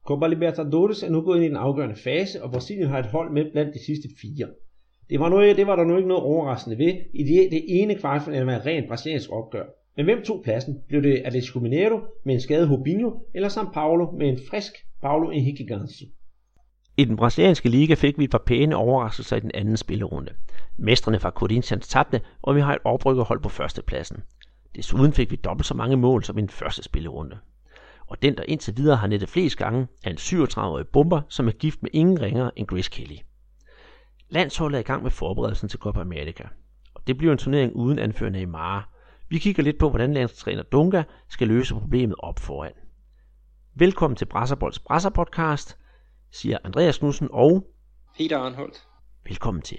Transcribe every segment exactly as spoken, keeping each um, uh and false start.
Copa Libertadores er nu gået ind i den afgørende fase, og Brasilien har et hold med blandt de sidste fire. Det var, noget, det var der nu ikke noget overraskende ved. I det, det ene kvartfinale var et rent brasiliansk opgør. Men hvem tog pladsen? Blev det Atlético Mineiro med en skadet Robinho, eller São Paulo med en frisk Paulo Henrique Ganso? I den brasilianske liga fik vi et par pæne overraskelser i den anden spillerunde. Mestrene fra Corinthians tabte, og vi har et oprykkerhold på førstepladsen. Desuden fik vi dobbelt så mange mål som i den første spillerunde. Og den, der indtil videre har nettet flest gange, er en syvogtredive-årig bomber, som er gift med ingen ringere end Grace Kelly. Landsholdet er i gang med forberedelsen til Copa America, og det bliver en turnering uden anfører Neymar. Vi kigger lidt på, hvordan landstræner Dunga skal løse problemet op foran. Velkommen til Brasserbolds Brasser-podcast, siger Andreas Knudsen og Peter Arnholdt. Velkommen til.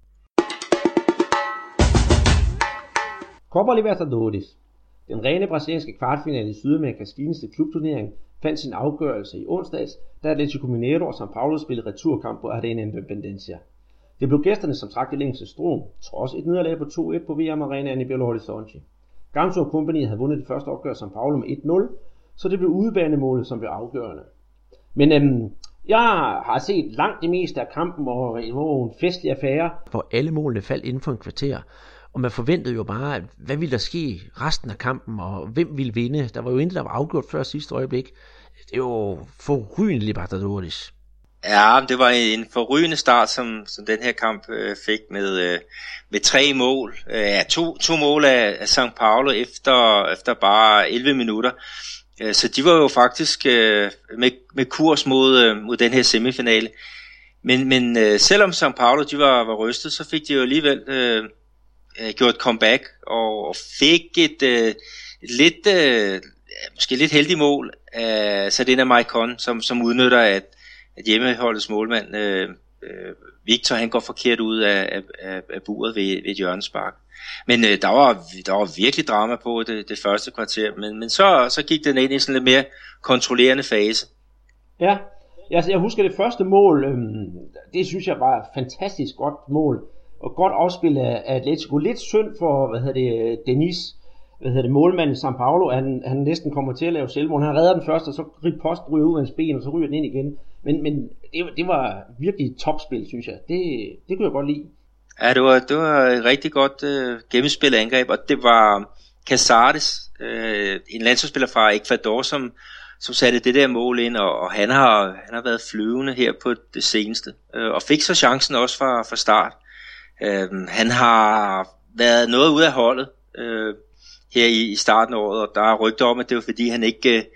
Copa Libertadores, den rene brasilianske kvartfinale i Sydamerikas fineste klubturnering, fandt sin afgørelse i onsdags, da Atlético Mineiro og São Paulo spillede returkamp på Arena Independencia. Det blev gæsterne, som trak det længste strå, trods et nederlag på to et på V M Arenaen i Belo Horizonte. Ganso og Company havde vundet det første opgør São Paulo med et nul, så det blev udebanemålet, som blev afgørende. Men øhm, jeg har set langt det meste af kampen, hvor det var en festlig affære, hvor alle målene faldt inden for en kvarter, og man forventede jo bare, hvad ville der ske resten af kampen, og hvem ville vinde. Der var jo intet, der var afgjort før sidste øjeblik. Det er jo forrygende Libertadores. Ja, det var en forrygende start, som, som den her kamp øh, fik med, øh, med tre mål. Øh, ja, to, to mål af, af São Paulo efter, efter bare elleve minutter. Øh, så de var jo faktisk øh, med, med kurs mod, øh, mod den her semifinale. Men, men øh, selvom São Paulo de var, var rystet, så fik de jo alligevel øh, gjort comeback og fik et, øh, et lidt, øh, måske lidt heldigt mål af Sardina Maicon, som, som udnytter, at at hjemmeholdets målmand øh, øh, Victor, han går forkert ud af, af, af buret ved, ved et hjørnespark. Men øh, der, var, der var virkelig drama på det, det første kvarter, men, men så, så gik den ind i sådan lidt mere kontrollerende fase. Ja, jeg, jeg husker det første mål, øhm, det synes jeg var et fantastisk godt mål, og godt afspil af, af Atletico. Lidt synd for, hvad hedder det, Denis, hvad hedder det, målmanden i São Paulo, han, han næsten kommer til at lave selvmål. Han redder den første, og så ripost ryger ud af hans ben, og så ryger den ind igen. Men, men det, det var virkelig et topspil, synes jeg. Det, det kunne jeg godt lide. Ja, det var, det var et rigtig godt øh, gennemspillet angreb, og det var Casares, øh, en landsholdsspiller fra Ecuador, som, som satte det der mål ind, og, og han, har, han har været flyvende her på det seneste, øh, og fik så chancen også fra, fra start. Øh, han har været noget ude af holdet øh, her i, i starten af året, og der er rygter om, at det var fordi, han ikke... Øh,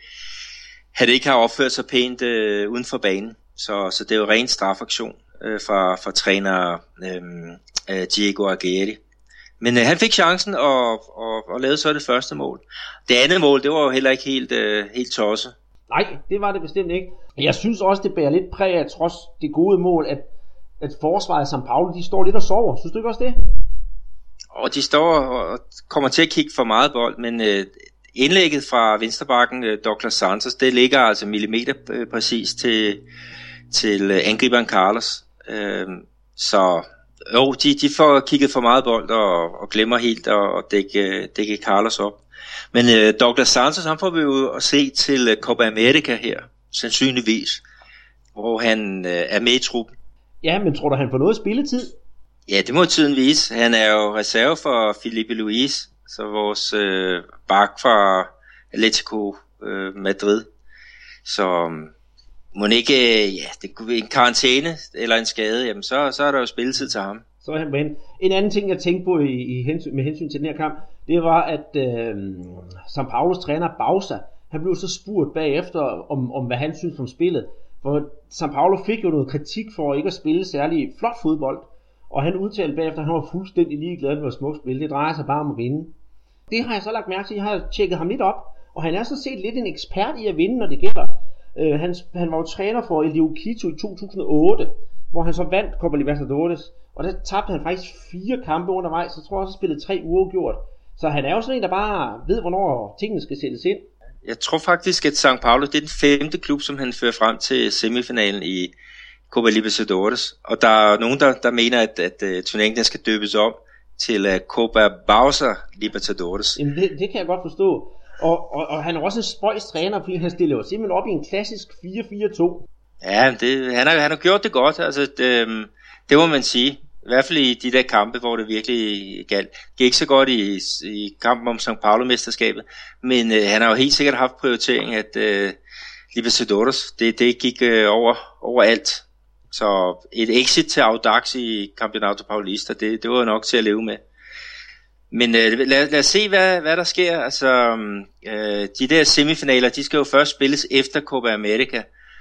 han ikke har opført sig pænt øh, uden for banen. Så, så det er jo ren strafaktion øh, fra, fra træner øh, øh, Diego Aguirre. Men øh, han fik chancen og, og, og lavede så det første mål. Det andet mål, det var jo heller ikke helt, øh, helt tosset. Nej, det var det bestemt ikke. Jeg synes også, det bærer lidt præg af, trods det gode mål, at, at forsvaret São Paulo, de står lidt og sover. Synes du ikke også det? Og de står og kommer til at kigge for meget bold, men... Øh, Indlægget fra venstrebakken Douglas Santos, det ligger altså millimeter præcis til, til angriberen Carlos. Øhm, så jo, de, de får kigget for meget bold og, og glemmer helt at, at dække, dække Carlos op. Men øh, Douglas Santos, han får vi jo at se til Copa America her, sandsynligvis, hvor han øh, er med i truppen. Ja, men tror du, han får noget spilletid? Ja, det må tiden vise. Han er jo reserve for Felipe Luis, så vores øh, bak fra Atletico øh, Madrid. Så må ikke, ja, det kunne være en karantæne eller en skade, jamen så, så er der jo spilletid til ham. Så er han på hen. En anden ting, jeg tænkte på i, i hensyn, med hensyn til den her kamp, det var, at øh, São Paulos træner Bausa, han blev så spurgt bagefter, om, om hvad han synes om spillet. For São Paulo fik jo noget kritik for ikke at spille særlig flot fodbold. Og han udtalte bagefter, at han var fuldstændig ligeglad med at smukt spil. Det drejer sig bare om at vinde. Det har jeg så lagt mærke til. Jeg har tjekket ham lidt op. Og han er så set lidt en ekspert i at vinde, når det gælder. Uh, han, han var jo træner for El Dio Quito i to tusind og otte, hvor han så vandt Copa Libertadores. Og der tabte han faktisk fire kampe undervejs. Så tror jeg også, han spillede tre uafgjort. Så han er jo sådan en, der bare ved, hvornår tingene skal sættes ind. Jeg tror faktisk, at São Paulo det er den femte klub, som han fører frem til semifinalen i Copa Libertadores, og der er nogen, der, der mener, at, at, at turneringen skal døbes om til uh, Copa Bausa Libertadores. Jamen det, det kan jeg godt forstå. Og, og, og han er også en spøjs træner, fordi han stiller jo simpelthen op i en klassisk fire fire to. Ja, det, han, har, han har gjort det godt, altså det, det må man sige. I hvert fald i de der kampe, hvor det virkelig galt. Det gik ikke så godt i, i kampen om São Paulo-mesterskabet, men øh, han har jo helt sikkert haft prioritering, at øh, Libertadores, det, det gik øh, over, over alt. Så et exit til Audax i Campeonato Paulista, det, det var nok til at leve med. Men øh, lad, lad os se, hvad, hvad der sker. Altså, øh, de der semifinaler, de skal jo først spilles efter Copa America.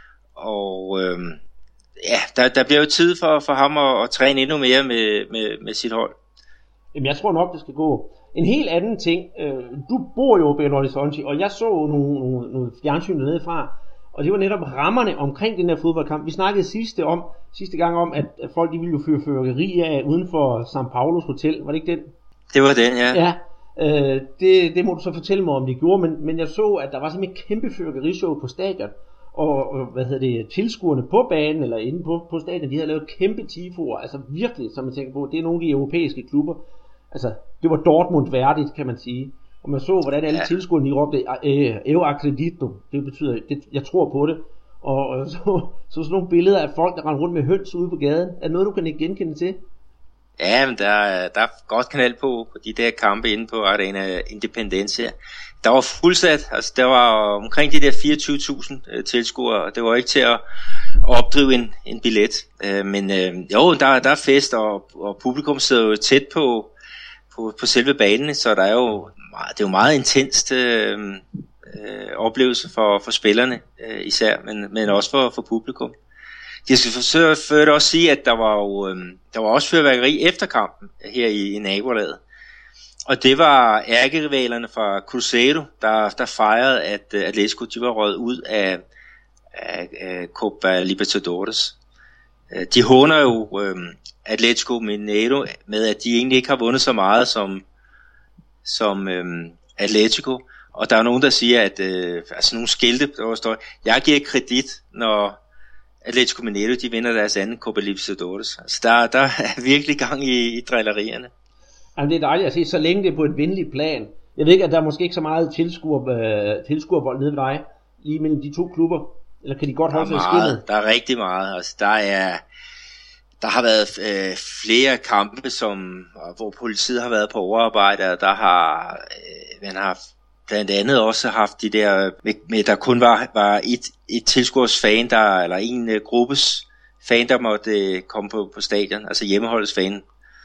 Og øh, ja, der, der bliver jo tid for, for ham at, at træne endnu mere med, med, med sit hold. Jamen, jeg tror nok, det skal gå. En helt anden ting. Øh, du bor jo i Belo Horizonte, og jeg så nogle, nogle, nogle fjernsyn dernede fra. Og det var netop rammerne omkring den her fodboldkamp. Vi snakkede sidste, om, sidste gang om, at folk de ville jo fyre fyrværkeri af uden for São Paulos hotel. Var det ikke den? Det var den, ja. Ja, øh, det, det må du så fortælle mig, om de gjorde. Men, men jeg så, at der var simpelthen et kæmpe fyrværkerishow på stadion. Og, og hvad hedder det, tilskuerne på banen, eller inde på, på stadion, de havde lavet kæmpe tifoer. Altså virkelig, som man tænker på, det er nogle af de europæiske klubber. Altså, det var Dortmund værdigt, kan man sige. Og man så, hvordan alle ja. tilskuerne, de råbte, eu acredito, det betyder, det, jeg tror på det. Og, og så, så sådan nogle billeder af folk, der rendte rundt med høns ude på gaden. Er det noget, du kan ikke genkende til? Ja, men der, der er godt kanal på, på de der kampe inde på Arena Independencia. Der var fuldsat, altså der var omkring de der fireogtyve tusind øh, tilskuere, og det var ikke til at opdrive en, en billet. Øh, men øh, jo, der, der er fest, og, og publikum sidder jo tæt på, på, på selve banen, så der er jo meget, det er jo meget intenst øh, øh, oplevelse for, for spillerne øh, især, men, men også for, for publikum. Jeg skal forsøge for også sige, at der var jo øh, der var også fyrværkeri efter kampen her i, i nabolaget. Og det var ærkerivalerne fra Cruzeiro, der, der fejrede, at uh, Atletico de var røget ud af, af, af Copa Libertadores. Uh, de håner jo uh, Atletico Mineiro med, at de egentlig ikke har vundet så meget som, som um, Atletico. Og der er nogen, der siger, at uh, altså nogle skilte, der står, jeg giver kredit, når Atletico Mineiro de vinder deres anden Copa Libertadores. Altså der, der er virkelig gang i, i drillerierne. Jamen, det er dejligt at se, så længe det er på et venligt plan. Jeg ved ikke, at der er måske ikke så meget tilskuer, øh, tilskuervold nede ved dig, lige mellem de to klubber. Eller kan de godt holde sig i skinnet? Der er rigtig meget. Altså, der, er, der har været øh, flere kampe, som, hvor politiet har været på overarbejde, og der har, øh, man har blandt andet også haft de der, med, med der kun var, var et, et tilskuers fan, der, eller en uh, gruppes fan, der måtte uh, komme på, på stadion, altså hjemmeholdets fan.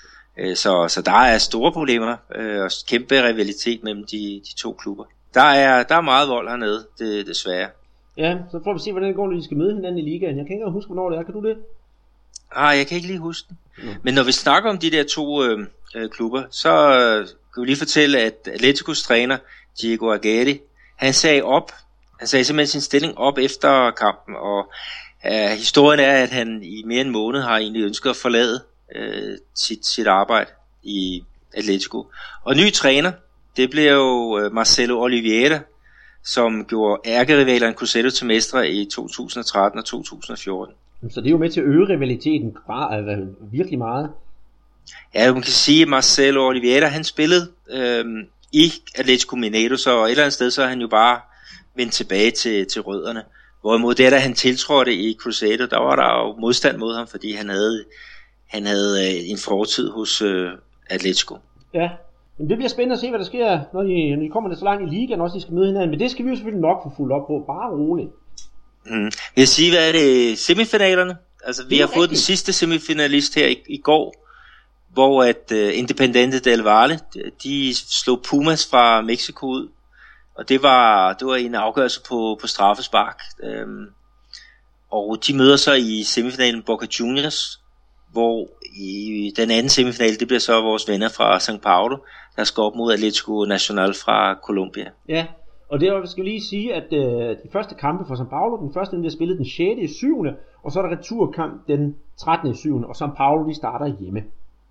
Så, så der er store problemer øh, og kæmpe rivalitet mellem de, de to klubber. Der er, der er meget vold hernede, det, desværre. Ja, så får vi se, hvordan det går, når de skal møde hinanden i ligaen. Jeg kan ikke engang huske, hvornår det er. Kan du det? Ah, jeg kan ikke lige huske den. Mm. Men når vi snakker om de der to øh, øh, klubber, så øh, kan vi lige fortælle, at Atleticos træner, Diego Aguirre, han sagde op. Han sagde simpelthen sin stilling op efter kampen, og øh, historien er, at han i mere end en måned har egentlig ønsket at forlade Øh, sit, sit arbejde i Atletico. Og ny træner, det blev jo øh, Marcelo Oliveira, som gjorde ærkerivalerne Cruzeiro til mestre i to tusind og tretten og to tusind og fjorten. Så det er jo med til at øge rivaliteten bare, øh, virkelig meget. Ja, man kan sige, at Marcelo Oliveira, han spillede øh, i Atletico Mineiro, så et eller andet sted, så er han jo bare vendt tilbage til, til rødderne. Hvorimod det, da han tiltrådte i Cruzeiro, der var der jo modstand mod ham, fordi han havde Han havde øh, en fortid hos øh, Atletico. Ja, men det bliver spændende at se, hvad der sker, når de, når de kommer så langt i ligaen, også de skal møde hinanden. Men det skal vi jo selvfølgelig nok få fuldt op på, bare roligt. Mm. Jeg vil sige, hvad er det? Semifinalerne? Altså, vi har rigtigt. Fået den sidste semifinalist her i, i går, hvor at uh, Independiente del Valle, de slog Pumas fra Mexico ud. Og det var, det var en afgørelse på, på straffespark. Um, og de møder så i semifinalen Boca Juniors, hvor i den anden semifinal, det bliver så vores venner fra São Paulo, der skal op mod Atlético Nacional fra Colombia. Ja, og det er, skal lige sige, at øh, de første kampe for São Paulo, den første den bliver spillet den sjette i syvende, og så er der returkamp den trettende i syvende, og São Paulo de starter hjemme.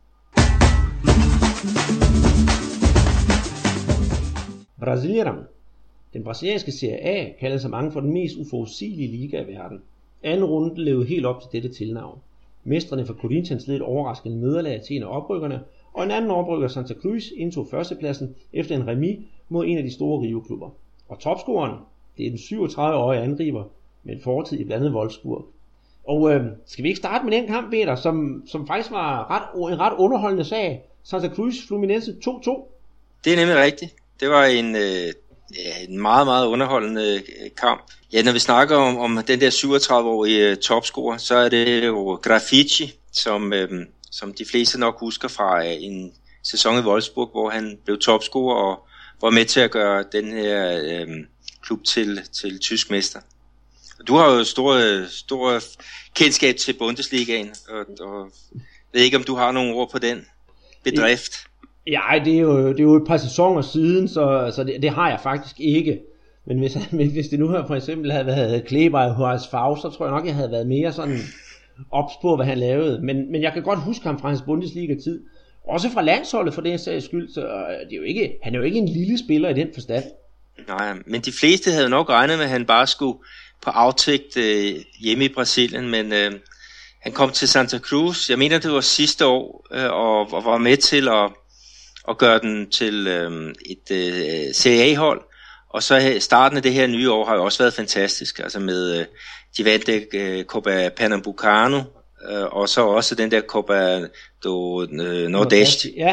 Brasilienerne. Den brasilianske Serie A kaldes af mange for den mest uforudsigelige liga i verden. Anden runde levede helt op til dette tilnavn. Mestrene fra Corinthians led et overraskende nederlag til en af oprykkerne, og en anden oprykker, Santa Cruz, indtog førstepladsen efter en remis mod en af de store Rio-klubber. Og topscoreren, det er den syvogtredive-årige angriber med en fortid i blandt andet Wolfsburg. Og øh, skal vi ikke starte med den kamp, Peter, som, som faktisk var ret, en ret underholdende sag. Santa Cruz Fluminense to to. Det er nemlig rigtigt. Det var en, øh, en meget, meget underholdende kamp. Ja, når vi snakker om, om den der syvogtredive-årige topscorer, så er det jo Graffiti, som, øh, som de fleste nok husker fra øh, en sæson i Wolfsburg, hvor han blev topscorer og var med til at gøre den her øh, klub til, til tysk mester. Du har jo store, store kendskab til Bundesligaen, og, og ved ikke, om du har nogle ord på den bedrift. Ja, det er jo, det er jo et par sæsoner siden, så, så det, det har jeg faktisk ikke. Men hvis, men hvis det nu her for eksempel havde været Kleber i H S V, så tror jeg nok, jeg havde været mere sådan ops på, hvad han lavede. Men, men jeg kan godt huske ham fra hans Bundesliga-tid. Også fra landsholdet for den sags skyld, så det er jo ikke, han er jo ikke en lille spiller i den forstand. Nej, men de fleste havde nok regnet med, at han bare skulle på aftægt øh, hjemme i Brasilien, men øh, han kom til Santa Cruz, jeg mener det var sidste år, øh, og, og var med til at, at gøre den til øh, et øh, Serie A-hold, og så starten af det her nye år har jo også været fantastisk, altså med, øh, de vandt øh, Copa Pernambucano, øh, og så også den der Copa do øh, Nordeste. Ja.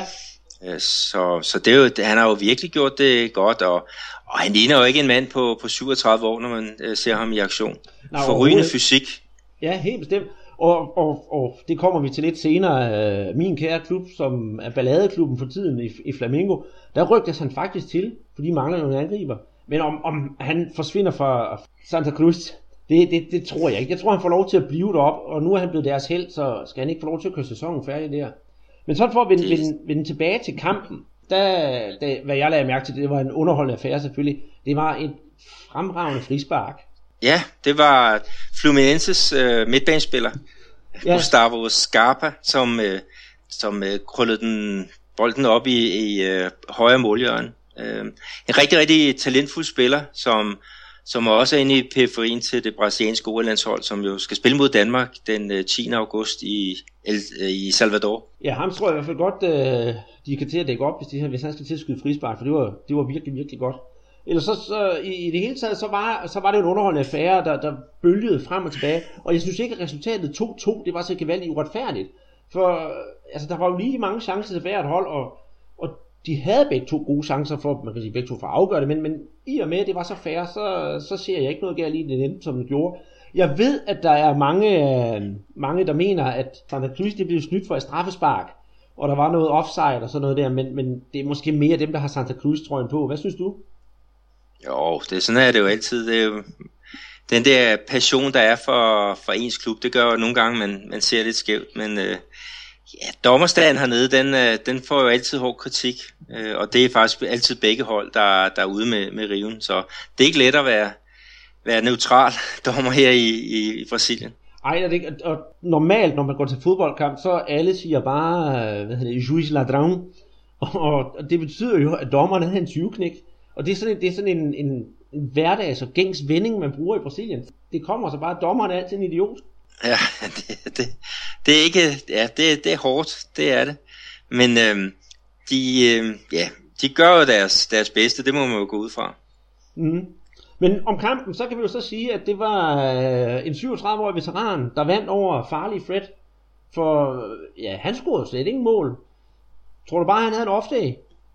Så, så det er jo, han har jo virkelig gjort det godt, og, og han ligner jo ikke en mand på, på syvogtredive år, når man øh, ser ham i aktion. Forrygende fysik. Ja, helt bestemt. Og, og, og det kommer vi til lidt senere. Min kære klub, som er balladeklubben for tiden i, i Flamengo, der rygtes han faktisk til, fordi mangler nogle angriber. Men om, om han forsvinder fra Santa Cruz, det, det, det tror jeg ikke. Jeg tror, han får lov til at blive deroppe, og nu er han blevet deres held, så skal han ikke få lov til at køre sæsonen færdig der. Men så for at vende, vende, vende tilbage til kampen, der, der, hvad jeg lagde mærke til, det var en underholdende affære selvfølgelig. Det var et fremragende frispark. Ja, det var Fluminenses øh, midtbanespiller, ja. Gustavo Scarpa, som, øh, som øh, krøllede den, bolden op i, i øh, højre målhjørne. Øh, en rigtig, rigtig talentfuld spiller, som, som også er inde i periferien til det brasilianske O L-landshold, som jo skal spille mod Danmark den øh, tiende august i, El, øh, i Salvador. Ja, ham tror jeg i hvert fald godt, øh, de kan til at dække op, hvis, de, hvis han skal til at skyde frispark, for det var, det var virkelig, virkelig godt. Ellers så, så i, i det hele taget, så var, så var det en underholdende affære, der, der bølgede frem og tilbage. Og jeg synes ikke, at resultatet to to, det var så gevaldigt uretfærdigt. For altså, der var jo lige mange chancer til hvert hold, og, og de havde begge to gode chancer for, man kan sige begge to for at afgøre det, men, men i og med, at det var så fair, så, så ser jeg ikke noget galt i det endte, som det gjorde. Jeg ved, at der er mange, mange der mener, at Santa Cruz det blev snydt for et straffespark, og der var noget offside og sådan noget der, men, men det er måske mere dem, der har Santa Cruz-trøjen på. Hvad synes du? Jo, det er sådan er det jo altid. Det er jo, den der passion, der er for, for ens klub, det gør jo nogle gange, man, man ser lidt skævt, men øh, ja, dommerstanden hernede, den, øh, den får jo altid hård kritik, øh, og det er faktisk altid begge hold, der, der er ude med, med riven, så det er ikke let at være, være neutral dommer her i, i, i Brasilien. Ej, det ikke. Og normalt, når man går til fodboldkamp, så alle siger bare, hvad hedder det, juiz ladrón, og, og det betyder jo, at dommerne havde en tyveknæk. Og det er sådan en, det er sådan en, en, en hverdags og gængs vending, man bruger i Brasilien. Det kommer så bare, at dommeren er altid en idiot. Ja, det, det, det er ikke, ja, det, det er hårdt, det er det. Men øhm, de, øhm, ja, de gør jo deres, deres bedste, det må man jo gå ud fra. Mm. Men om kampen, så kan vi jo så sige, at det var øh, en syvogtredive-årig veteran, der vandt over farlige Fred. For ja, han scorede slet ikke mål. Tror du bare, han havde en off-day?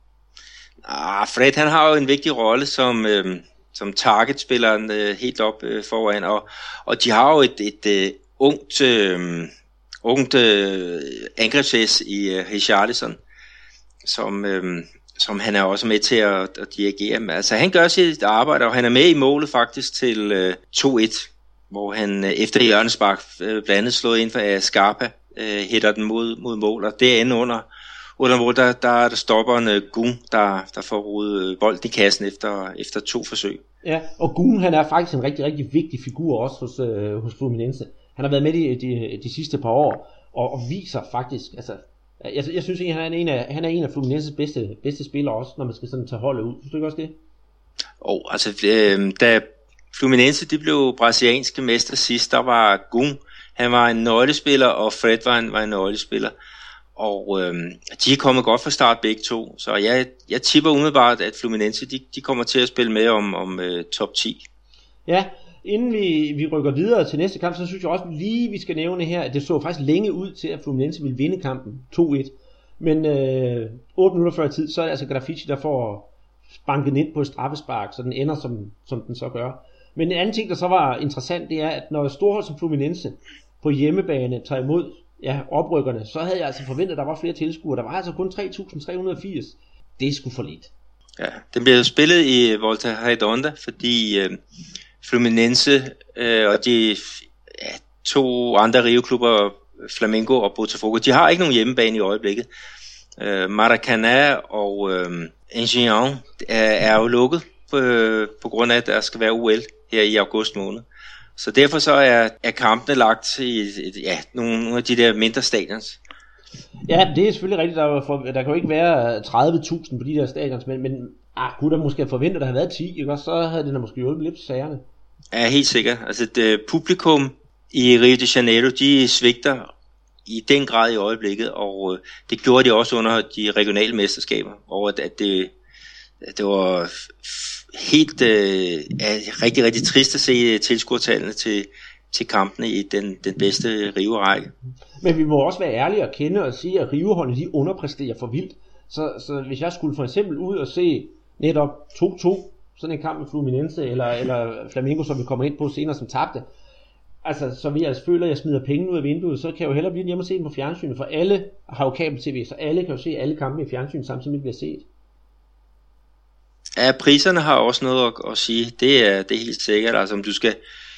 Ah, Fred, han har jo en vigtig rolle som, øh, som targetspilleren øh, helt op øh, foran, og, og de har jo et, et øh, ungt, øh, ungt øh, angrebsæs i øh, Richarlison, som, øh, som han er også med til at, at dirigere. Altså han gør sit arbejde, og han er med i målet faktisk til øh, to et, hvor han øh, efter hjørnespark øh, blandt andet slået ind for Scarpa, øh, hætter den mod, mod mål, og det er inde under Under hvor der, der, der stopper en uh, Gun, der, der får rodet bolden i kassen efter, efter to forsøg. Ja, og Gun, han er faktisk en rigtig, rigtig vigtig figur også hos, øh, hos Fluminense. Han har været med de, de, de sidste par år, og, og viser faktisk, altså, jeg, jeg synes ikke, han er en af, han er en af Fluminenses bedste, bedste spillere også, når man skal sådan tage holdet ud. Synes du ikke også det? Og altså, øh, da Fluminense de blev brasilianske mester sidst, der var Gun, han var en nøglespiller, og Fred var en, var en nøglespiller. og øh, de er kommet godt fra start begge to, så jeg, jeg tipper umiddelbart, at Fluminense de, de kommer til at spille med om, om øh, top ti. Ja, inden vi, vi rykker videre til næste kamp, så synes jeg også lige, vi skal nævne her, at det så faktisk længe ud til, at Fluminense ville vinde kampen to et. Men øh, otte minutter før tid, så er det altså Graffiti, der får banket ind på et straffespark, så den ender, som, som den så gør. Men en anden ting, der så var interessant, det er, at når storhold som Fluminense på hjemmebane tager imod ja, oprykkerne, så havde jeg altså forventet, at der var flere tilskuere. Der var altså kun tre tusind tre hundrede og firs. Det er sgu for lidt. Ja, den blev spillet i Volta Redonda, fordi øh, Fluminense øh, og de ja, to andre Rio-klubber, Flamengo og Botafogo, de har ikke nogen hjemmebane i øjeblikket. Øh, Maracanã og øh, Engenhão er, er jo lukket på, øh, på grund af, at der skal være U L her i august måned. Så derfor så er, er kampene lagt i et, ja, nogle af de der mindre stadions. Ja, det er selvfølgelig rigtigt. Der, for, der kan jo ikke være tredive tusind på de der stadions, men, men ah, kunne der måske have forventet, at der havde været ti, ikke? Så havde det da måske hjulpet lidt sagerne. Ja, helt sikkert. Altså det publikum i Rio de Janeiro, de svigter i den grad i øjeblikket, og det gjorde de også under de regionale mesterskaber, og at det, det var helt øh, rigtig, rigtig trist at se tilskuertallene til, til kampene i den, den bedste Rio-række. Men vi må også være ærlige og kende og sige, at Rio-holdene de underpræsterer for vildt. Så, så hvis jeg skulle for eksempel ud og se netop to to, sådan en kamp med Fluminense eller, eller Flamengo, som vi kommer ind på senere, som tabte, altså så vil jeg føle, at jeg smider penge ud af vinduet, så kan jeg jo hellere blive hjemme og se den på fjernsynet, for alle har jo kabel-tv, så alle kan jo se alle kampe i fjernsynet samtidig med at blive set. Ja, priserne har også noget at, at sige. Det er, det er helt sikkert. Altså om du skal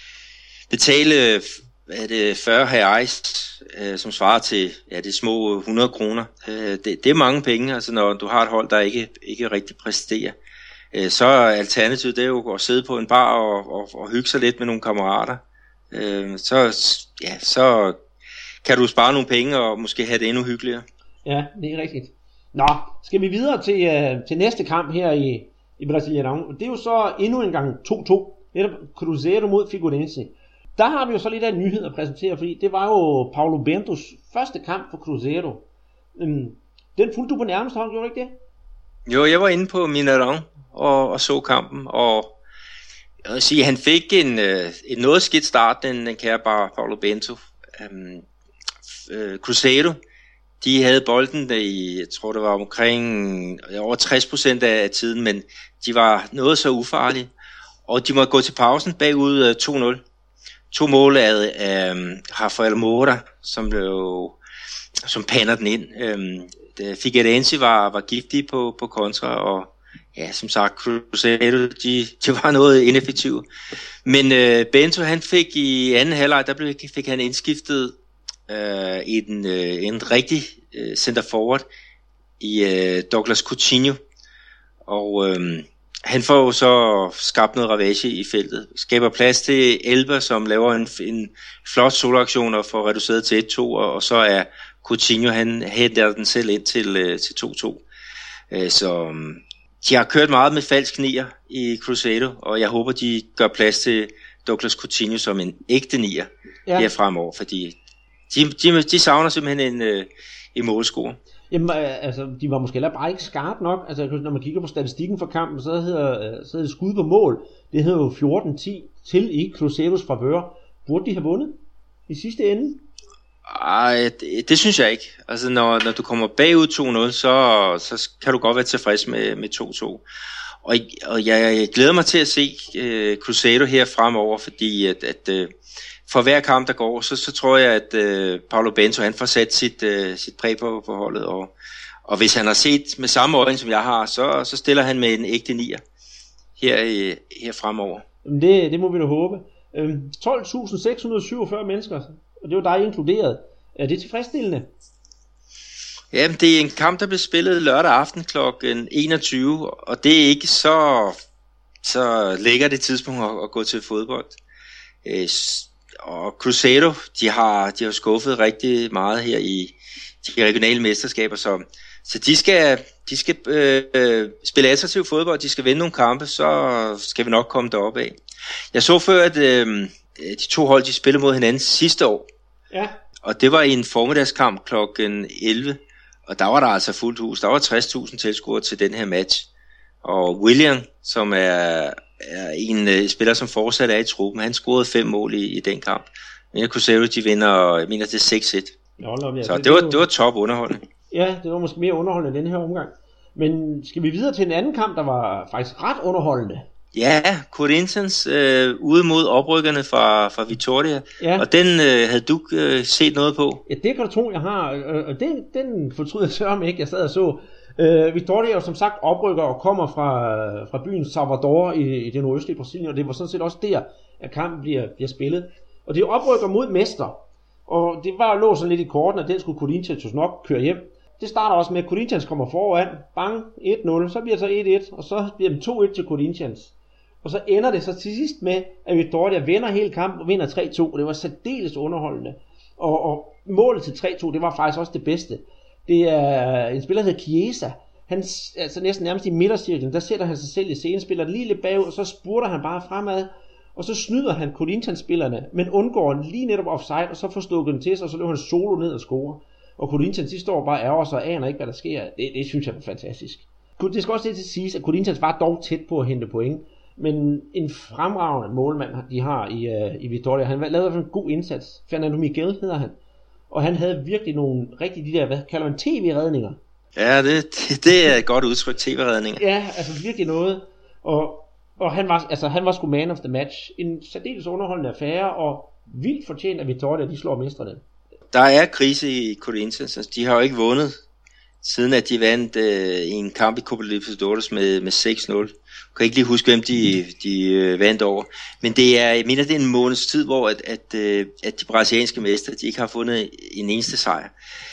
betale er det fyrre reais, øh, som svarer til ja, det små hundrede kroner. Øh, det, det er mange penge, altså når du har et hold, der ikke, ikke rigtig præsterer. Øh, så er alternativet det er jo at sidde på en bar og, og, og hygge sig lidt med nogle kammerater. Øh, så, ja, så kan du spare nogle penge og måske have det endnu hyggeligere. Ja, det er rigtigt. Nå, skal vi videre til, uh, til næste kamp her i, i Brasilianão. Det er jo så endnu en gang to to. Netop Cruzeiro mod Figueirense. Der har vi jo så lidt af en nyhed at præsentere, fordi det var jo Paulo Bentos første kamp for Cruzeiro. Um, den fulgte du på nærmest hold, gjorde du ikke det? Jo, jeg var inde på Mineirão og, og så kampen, og jeg vil sige, at han fik en, en noget skidt start, den, den kære bare Paulo Bento. Um, uh, Cruzeiro, de havde bolden i, jeg tror det var omkring over tres procent af tiden, men de var noget så ufarlige, og de måtte gå til pausen bagud uh, to nul. To mål af um, Rafael Moura, som blev, som pander den ind. Um, Figueirense var, var giftige på, på kontra, og ja, som sagt, Cruzeiro, de, de var noget ineffektive. Men øh, Bento, han fik i anden halvleg, der blev, fik han indskiftet øh, en, øh, en rigtig øh, center forward i øh, Douglas Coutinho. Og øh, han får jo så skabt noget ravage i feltet. Skaber plads til Elber, som laver en, en flot soloaktion og får reduceret til et to, og, og så er Coutinho, han henter den selv ind til, øh, til to to. Øh, så... De har kørt meget med falsk nier i Cruzeiro, og jeg håber, de gør plads til Douglas Coutinho som en ægte nier ja. her fremover, fordi de, de, de savner simpelthen en, øh, en målscore. Jamen, altså, de var måske bare ikke skarp nok. Altså, når man kigger på statistikken for kampen, så hedder, så hedder det skud på mål. Det hedder jo fjorten ti til i Cruzeiros favør. Burde de have vundet i sidste ende? Ej, det, det synes jeg ikke. Altså, når, når du kommer bagud to nul, så, så kan du godt være tilfreds med, med to to. Og, og jeg, jeg glæder mig til at se uh, Cruzeiro her fremover, fordi at, at uh, for hver kamp, der går, så, så tror jeg, at uh, Paulo Bento, han får sat sit, uh, sit præg på, på holdet. Og, og hvis han har set med samme øjne, som jeg har, så, så stiller han med en ægte nier her, uh, her fremover. Det, det må vi da håbe. tolv tusind seks hundrede syvogfyrre mennesker, og det var dig inkluderet. Er det tilfredsstillende? Jamen, det er en kamp, der blev spillet lørdag aften klokken enogtyve, og det er ikke så, så lækkert det tidspunkt at, at gå til fodbold. Øh, og Cruzeiro, de har, de har skuffet rigtig meget her i de regionale mesterskaber, så, så de skal, de skal øh, spille attraktiv fodbold, de skal vinde nogle kampe, så skal vi nok komme deroppe af. Jeg så før, at øh, de to hold, de spillede mod hinanden sidste år. Ja. Og det var i en formiddagskamp klokken elleve. og der var der altså fuldt hus. Der var tres tusind tilskuere til den her match. Og William, som er, er en uh, spiller, som fortsat er i truppen, han scorede fem mål i, i den kamp. Men Cruzeiro, de vinder, jeg mener, det er seks et. Ja, så det, det, var, det var top underholdende. Ja, det var måske mere underholdende den her omgang. Men skal vi videre til en anden kamp, der var faktisk ret underholdende? Ja, Corinthians øh, ude mod oprykkerne fra, fra Vitória, ja. Og den øh, havde du øh, set noget på? Ja, det kan du tro, jeg har, og den, den fortryder jeg sørme ikke, jeg sad og så. Øh, Vitória er jo som sagt oprykker og kommer fra, fra byen Salvador i, i det nordøstlige Brasilien, og det var sådan set også der, at kampen bliver, bliver spillet. Og de oprykker mod mester, og det var lå sådan lidt i korten, at den skulle Corinthians nok køre hjem. Det starter også med, at Corinthians kommer foran, bang, et nul, så bliver det så et et, og så bliver det to et til Corinthians. Og så ender det så til sidst med, at Vitória vinder hele kampen og vinder tre to, og det var særdeles underholdende. Og, og målet til tre to, det var faktisk også det bedste. Det er en spiller, der hedder Chiesa. Han, altså næsten nærmest i midtercirklen, der sætter han sig selv i scenen, spiller lige lidt bag, og så spurter han bare fremad. Og så snyder han Corinthians-spillerne, men undgår lige netop offside, og så får stukket den til sig, og så løber han solo ned og scorer. Og Corinthians, de står bare ærger sig og aner ikke, hvad der sker. Det, det synes jeg var fantastisk. Det skal også det til sige, at Corinthians var dog tæt på at hente point. Men en fremragende målmand, de har i, uh, i Vitória. Han lavede i hvert fald en god indsats. Fernando Miguel hedder han. Og han havde virkelig nogle rigtig de der, hvad kalder man, tv-redninger. Ja, det, det, det er et godt udtryk, tv-redninger. Ja, altså virkelig noget. Og, og han var, altså han var sgu man of the match. En særdeles underholdende affære, og vildt fortjent af Vitória, de slår mestrene. Der er krise i Corinthians. Altså, de har jo ikke vundet, siden at de vandt øh, i en kamp i Copa Libertadores med, med seks nul. Jeg kan ikke lige huske, hvem de, de øh, vandt over. Men det er, jeg mener, det er en måneds tid, hvor at, at, øh, at de brasilianske mestre, de ikke har fundet en eneste sejr.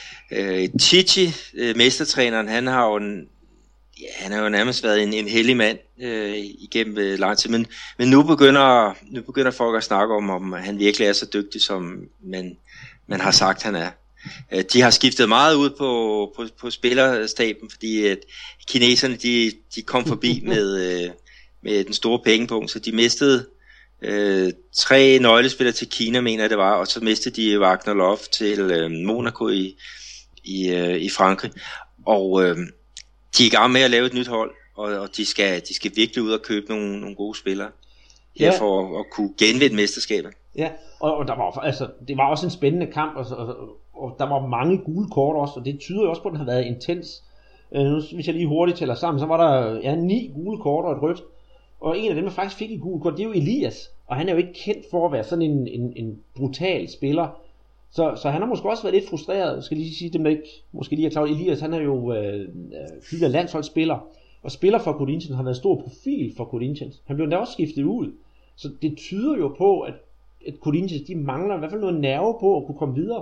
Øh, Tite, øh, mestertræneren, han har jo en, ja, han har jo nærmest været en, en hellig mand øh, igennem øh, lang tid. Men, men nu, begynder, nu begynder folk at snakke om, om han virkelig er så dygtig, som man, man har sagt, han er. De har skiftet meget ud på, på, på spillerstaben, fordi at kineserne de, de kom forbi med, med den store pengepunkt, så de mistede øh, tre nøglespillere til Kina, mener jeg det var, og så mistede de Wagner Love til øh, Monaco i, i, øh, i Frankrig, og øh, de er i gang med at lave et nyt hold, og, og de, skal, de skal virkelig ud og købe nogle, nogle gode spillere her ja. For at kunne genvinde mesterskabet. Ja, og, og der var, altså, det var også en spændende kamp, og, og, og der var mange gule kort også, og det tyder jo også på, at den har været intens. Øh, nu, hvis jeg lige hurtigt tæller sammen, så var der ja, ni gule kort og et rødt, og en af dem, der faktisk fik et gule kort, det er jo Elias, og han er jo ikke kendt for at være sådan en, en, en brutal spiller, så, så han har måske også været lidt frustreret. Jeg skal lige sige dem, der ikke måske lige er klar. Elias, han er jo øh, tidligere landsholdsspiller, og spiller for Corinthians, har været stor profil for Corinthians. Han blev endda også skiftet ud, så det tyder jo på, at at Corinthians, de mangler i hvert fald noget nerve på at kunne komme videre.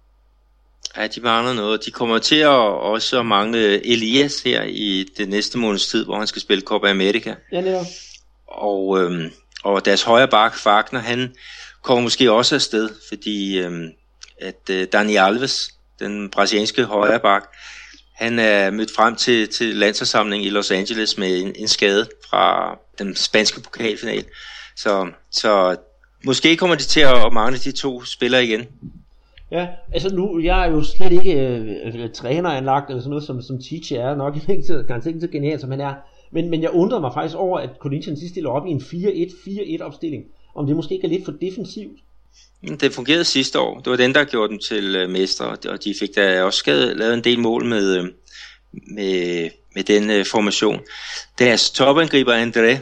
Ja, de mangler noget. De kommer til at også mangle Elias her i det næste måneds tid, hvor han skal spille Copa America. Ja, netop. Og, øhm, og deres højre bak, Wagner, han kommer måske også afsted, fordi øhm, at øh, Dani Alves, den brasilianske højre bak, han er mødt frem til, til landsholdssamling i Los Angeles med en, en skade fra den spanske pokalfinal. Så, så måske kommer de til at mangle de to spillere igen. Ja, altså nu, jeg er jo slet ikke øh, træneranlagt eller sådan noget, som, som Tite er, nok ikke så, ganske ikke så genial, som han er. Men, men jeg undrede mig faktisk over, at Corinthians stiller op i en fire et fire et opstilling. Om det måske ikke er lidt for defensivt. Det fungerede sidste år. Det var den, der gjorde dem til øh, mestre, og de fik da også skade, lavet en del mål med, øh, med, med den øh, formation. Deres topangriber, André,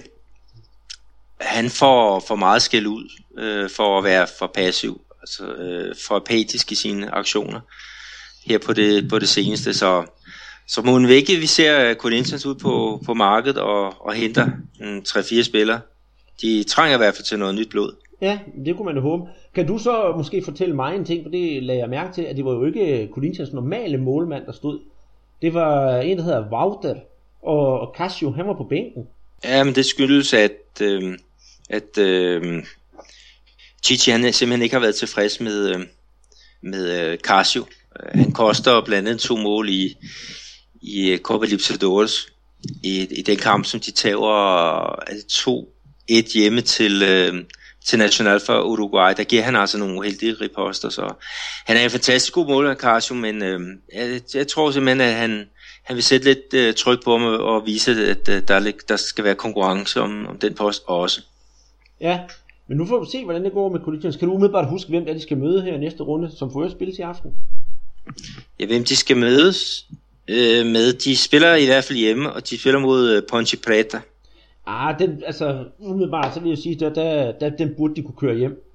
han får for meget skæld ud øh, for at være for passiv, altså øh, for apatisk i sine aktioner her på det, på det seneste. Så, så må hun vække, vi ser Corinthians ud på, på markedet og, og henter en tre fire spillere. De trænger i hvert fald til noget nyt blod. Ja, det kunne man jo håbe. Kan du så måske fortælle mig en ting, for det lagde jeg mærke til, at det var jo ikke Corinthians normale målmand, der stod. Det var en, der hedder Wouter, og Casio, han var på bænken. Ja, men det skyldes, at, øh, at øh, Tite, han simpelthen ikke har været tilfreds med, øh, med øh, Casio. Han koster blandt andet to mål i, i Copa Libertadores, i, i den kamp, som de tager to et hjemme til, øh, til Nacional for Uruguay, der giver han altså nogle uheldige riposter, så han er en fantastisk god målmand, Carsio, men øh, jeg, jeg tror simpelthen, at han, han vil sætte lidt øh, tryk på ham og vise, at øh, der, der skal være konkurrence om, om den post også. Ja, men nu får vi se, hvordan det går med Corinthians. Kan du umiddelbart huske, hvem der de skal møde her næste runde, som får spilles i aften? Ja, hvem de skal mødes øh, med, de spiller i hvert fald hjemme, og de spiller mod øh, Ponte Preta. Ah, den, altså umiddelbart, så vil jeg sige, at der, der, den burde de kunne køre hjem.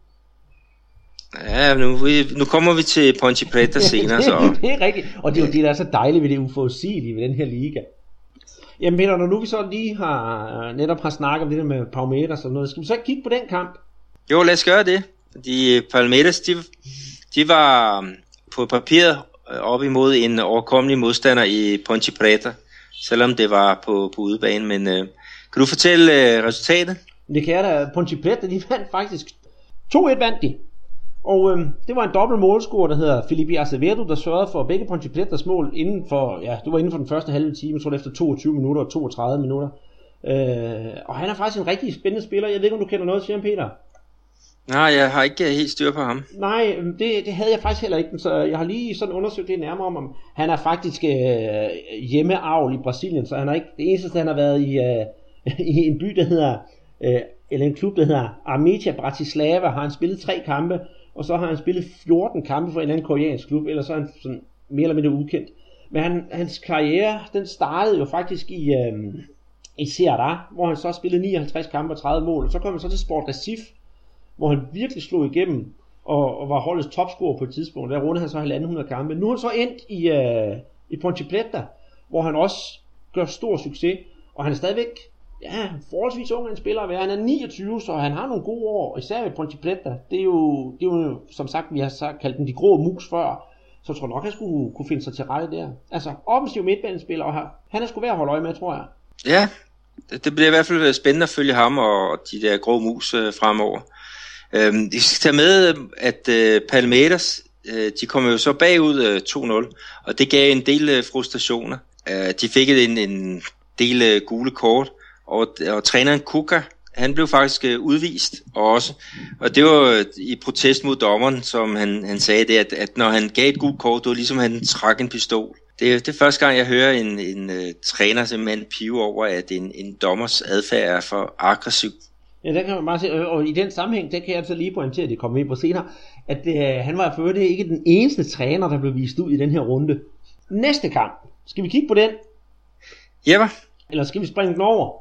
Ja, nu, nu kommer vi til Ponte Preta senere, så... Det er rigtigt, og det er jo det, der er så dejligt ved det uforudsigelige ved den her liga. Jamen Peter, når nu vi så lige har netop har snakket om det der med Palmeiras og noget, skal vi så kigge på den kamp? Jo, lad os gøre det. De Palmeiras, de, de var på papiret op imod en overkommelig modstander i Ponte Preta, selvom det var på, på udebane, men øh, kan du fortælle øh, resultatet? Det kan jeg da. Ponte Preta, de vandt faktisk to et vandt de. Og øhm, det var en dobbelt målscorer, der hedder Felipe Acevedo, der sørgede for begge Ponte Pretas mål inden for, ja, det var inden for den første halve time, jeg tror det efter toogtyve minutter og toogtredive minutter. Øh, og han er faktisk en rigtig spændende spiller. Jeg ved ikke, om du kender noget til ham, Peter? Nej, jeg har ikke helt styr på ham. Nej, det, det havde jeg faktisk heller ikke, så jeg har lige sådan undersøgt det nærmere om ham. Han er faktisk øh, hjemmeavl i Brasilien, så han er ikke det eneste, han har været i, øh, i en by, der hedder, øh, eller en klub, der hedder Armetia Bratislava, har han spillet tre kampe, og så har han spillet fjorten kampe for en eller anden koreansk klub, eller så er han sådan mere eller mindre ukendt. Men han, hans karriere, den startede jo faktisk i, øh, i Ceará, hvor han så spillede nioghalvtreds kampe og tredive mål, og så kom han så til Sport Recife, hvor han virkelig slog igennem, og, og var holdets topscorer på et tidspunkt. Der rundede han så halvanden hundrede kampe. Nu er han så endt i, øh, i Ponte Preta, hvor han også gør stor succes, og han er stadigvæk ja, forholdsvis ung en spiller at være. Han er niogtyve, så han har nogle gode år, især ved Ponte Preta. Det er jo, det er jo som sagt, vi har sagt, kaldt dem de grå mus før, så jeg tror nok, han skulle kunne finde sig til rette der. Altså, offensiv midtbanespiller, og han er sgu værd at holde øje med, tror jeg. Ja, det, det bliver i hvert fald spændende at følge ham og de der grå mus øh, fremover. Øhm, vi skal tage med, at øh, Palmeiras, øh, de kom jo så bagud øh, to nul, og det gav en del øh, frustrationer. Øh, de fik en, en del øh, gule kort, og, og træneren Kuka, han blev faktisk øh, udvist også, og det var øh, i protest mod dommeren, som han, han sagde det, at, at når han gav et gult kort, det var ligesom han trak en pistol. Det, det er første gang, jeg hører en, en uh, træner simpelthen pive over, at en, en dommers adfærd er for aggressiv. Ja, der kan man bare se, og i den sammenhæng, der kan jeg altså lige pointere, at det kommer ind på senere, at øh, han var for det ikke den eneste træner, der blev vist ud i den her runde. Næste kamp, skal vi kigge på den? Ja, eller skal vi springe den over?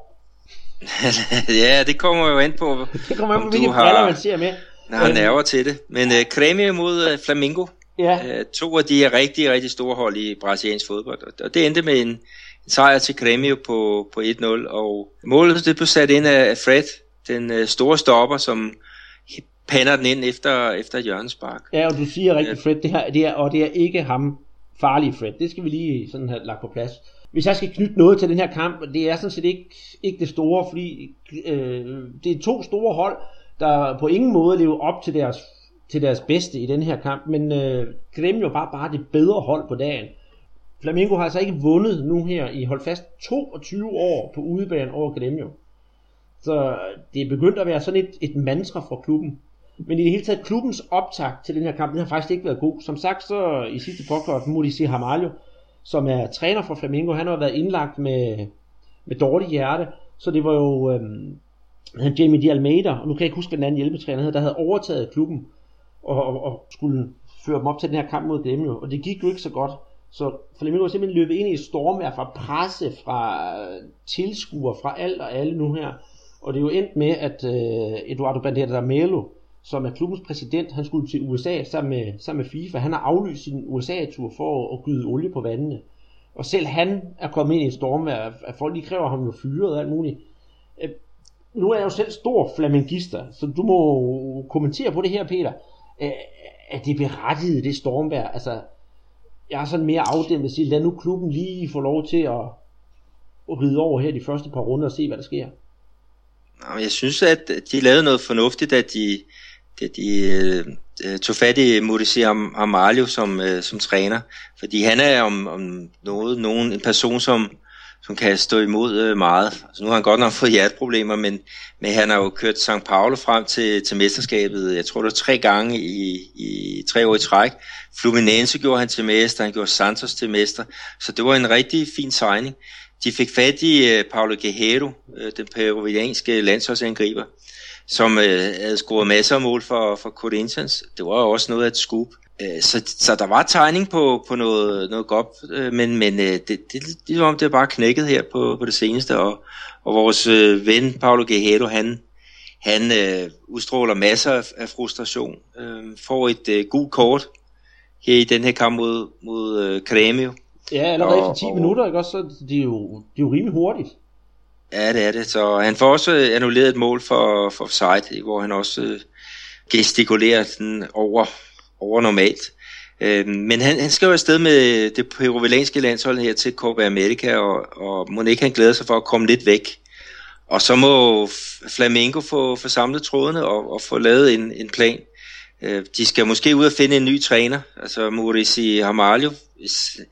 Ja, det kommer jo ind på, det kommer an på, hvilke briller man ser med. Nej, han nerver til det. Men uh, Grêmio mod uh, Flamengo, ja. uh, to af de rigtig, rigtig store hold i brasiliansk fodbold, og det endte med en, en sejr til Grêmio på, på et nul, og målet det blev sat ind af Fred, den uh, store stopper, som pander den ind efter, efter et hjørnespark. Ja, og du siger rigtig Fred, det her, det er, og det er ikke ham farlige Fred, det skal vi lige sådan have lagt på plads. Hvis jeg skal knytte noget til den her kamp, det er sådan set ikke, ikke det store, fordi øh, det er to store hold, der på ingen måde lever op til deres, til deres bedste i den her kamp, men øh, Grêmio var bare det bedre hold på dagen. Flamengo har altså ikke vundet nu her i hold fast toogtyve år på udebane over Grêmio. Så det er begyndt at være sådan et, et mantra for klubben. Men i det hele taget, klubbens optakt til den her kamp, den har faktisk ikke været god. Som sagt, så i sidste podcast, Muricy Ramalho, som er træner for Flamengo, han har været indlagt med, med dårligt hjerte, så det var jo øhm, Jamie de Almeida, og nu kan jeg ikke huske, hvad den anden hjælpetræner, der havde overtaget klubben, og, og, og skulle føre dem op til den her kamp mod dem, og det gik jo ikke så godt, så Flamengo var simpelthen løbet ind i et stormvejr fra presse, fra tilskuere, fra alt og alle nu her, og det er jo endt med, at øh, Eduardo Bandeira da Melo, som er klubbens præsident, han skulle til U S A sammen med, sammen med FIFA. Han har aflyst sin U S A-tur for at gyde olie på vandene. Og selv han er kommet ind i et stormvejr, at folk lige kræver ham jo fyret og alt muligt. Nu er jeg jo selv stor flamingister, så du må kommentere på det her, Peter. Er det berettiget, det stormvejr? Altså, jeg er sådan mere afdæmpet at sige, lad nu klubben lige få lov til at, at ride over her de første par runder og se, hvad der sker. Jeg synes, at de lavede noget fornuftigt, at de, at de uh, tog fat i Muricy Ramalho som, uh, som træner. Fordi han er om, om noget, nogen, en person, som, som kan stå imod øh, meget. Altså, nu har han godt nok fået hjerteproblemer, men, men han har jo kørt São Paulo frem til, til mesterskabet, jeg tror det var tre gange i, i tre år i træk. Fluminense gjorde han til mester, han gjorde Santos til mester, så det var en rigtig fin signing. De fik fat i øh, Paulo Guerreiro, øh, den peruvianske landsholdsangriber, som øh, havde scoret masser af mål for, for Corinthians. Det var jo også noget af et scoop. Øh, så, så der var tegning på, på noget, noget godt, øh, men, men øh, det, det, det, det var om det er bare knækket her på, på det seneste, og, og vores øh, ven Paulo Guerreiro, han, han øh, udstråler masser af, af frustration, øh, får et øh, gult kort her i den her kamp mod, mod øh, Grêmio. Ja, allerede for ti og, minutter, ikke også? Så det er jo, det er jo rimelig hurtigt. Ja, det er det. Så han får også annulleret et mål for, for offside, hvor han også øh, gestikulerer den over, over normalt. Øh, men han, han skal jo afsted med det peruvianske landshold her til Copa America, og, og må ikke han glæder sig for at komme lidt væk. Og så må Flamengo få, få samlet trådene og, og få lavet en, en plan. Øh, de skal måske ud og finde en ny træner, altså Mauricio Ramalho. Hvis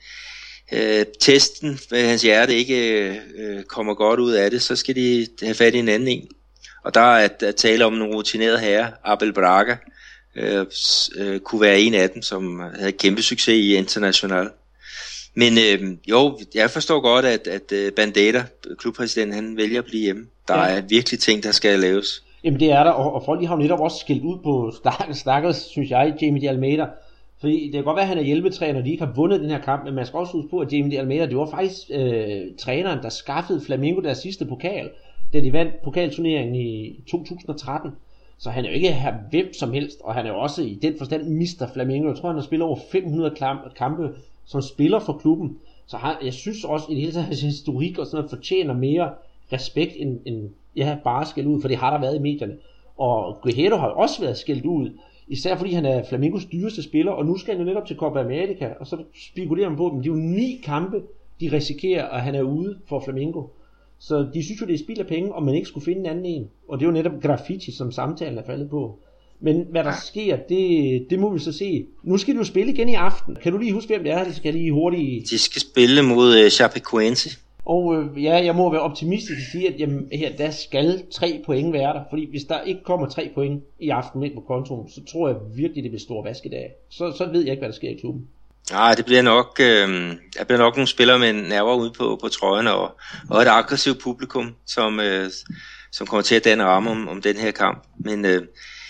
øh, testen med hans hjerte ikke øh, kommer godt ud af det, så skal de have fat i en anden en. Og der er at, at tale om nogle rutinerede herrer. Abel Braga øh, øh, kunne være en af dem, som havde kæmpe succes i International. Men øh, jo, jeg forstår godt, at, at Bandeira, klubpræsidenten, han vælger at blive hjemme. Der ja. er virkelig ting, der skal laves. Jamen det er der, og, og folk har jo netop også skilt ud på stakkels, synes jeg, Jamie de Almeida. Fordi det kan godt være, at han er hjælpetræner, og de ikke har vundet den her kamp, men man skal også huske på, at Jamie de Almeida, det var faktisk øh, træneren, der skaffede Flamengo deres sidste pokal, da de vandt pokalturneringen i to tusind og tretten. Så han er jo ikke her hvem som helst, og han er jo også i den forstand mister Flamengo. Jeg tror, han har spillet over fem hundrede kampe som spiller for klubben. Så han, jeg synes også, i det hele taget, hans historik og sådan noget fortjener mere respekt end, end ja, bare skældt ud, for det har der været i medierne. Og Guerreiro har jo også været skældt ud, især fordi han er Flamengos dyreste spiller, og nu skal han jo netop til Copa America, og så spekulerer man på dem. Det er jo ni kampe, de risikerer, at han er ude for Flamengo. Så de synes jo, det er spild af penge, om man ikke skulle finde en anden en. Og det er jo netop Graffiti, som samtalen er faldet på. Men hvad der sker, det, det må vi så se. Nu skal du spille igen i aften. Kan du lige huske, hvem det er? Det skal lige hurtigt. De skal spille mod uh, Chapecoense. Og øh, ja, jeg må være optimistisk og sige, at jamen, her, der skal tre point være der. Fordi hvis der ikke kommer tre point i aften ind på kontoen, så tror jeg virkelig, det bliver stor vaskedag. Så, så ved jeg ikke, hvad der sker i klubben. Nej, det bliver nok, øh, der bliver nok nogle spillere med nerver ude på, på trøjen, og, og et aggressivt publikum, som, øh, som kommer til at danne ramme om, om den her kamp. Men øh,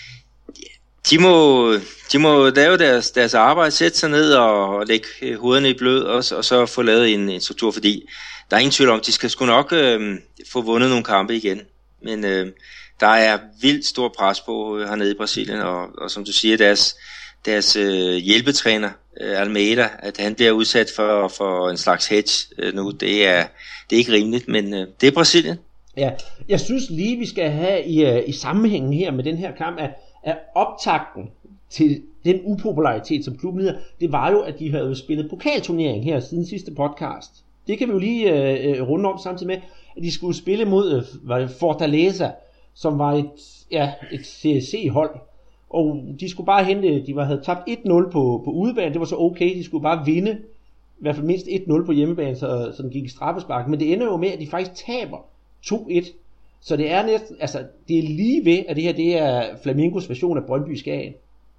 de, må, de må lave deres, deres arbejde, sætte sig ned og, og lægge hovederne i blød, og, og så få lavet en, en struktur, fordi der er ingen tvivl om, de skal sgu nok øh, få vundet nogle kampe igen. Men øh, der er vildt stor pres på hernede i Brasilien, og, og som du siger, deres, deres øh, hjælpetræner, øh, Almeida, at han bliver udsat for, for en slags hedge øh, nu, det er, det er ikke rimeligt, men øh, det er Brasilien. Ja, jeg synes lige, vi skal have i, i sammenhængen her med den her kamp, at, at optakten til den upopularitet, som klubben hedder, det var jo, at de havde spillet pokalturnering her siden sidste podcast. Det kan vi jo lige øh, runde om samtidig med, at de skulle spille mod øh, Fortaleza, som var et, ja, et C S C-hold. Og de skulle bare hente, de var, havde tabt et nul på, på udebane, det var så okay, de skulle bare vinde, i hvert fald mindst et nul på hjemmebane, så, så den gik i straffespark. Men det ender jo med, at de faktisk taber to et. Så det er næsten, altså, det er lige ved, at det her, det er Flamengos version af Brøndby Skagen.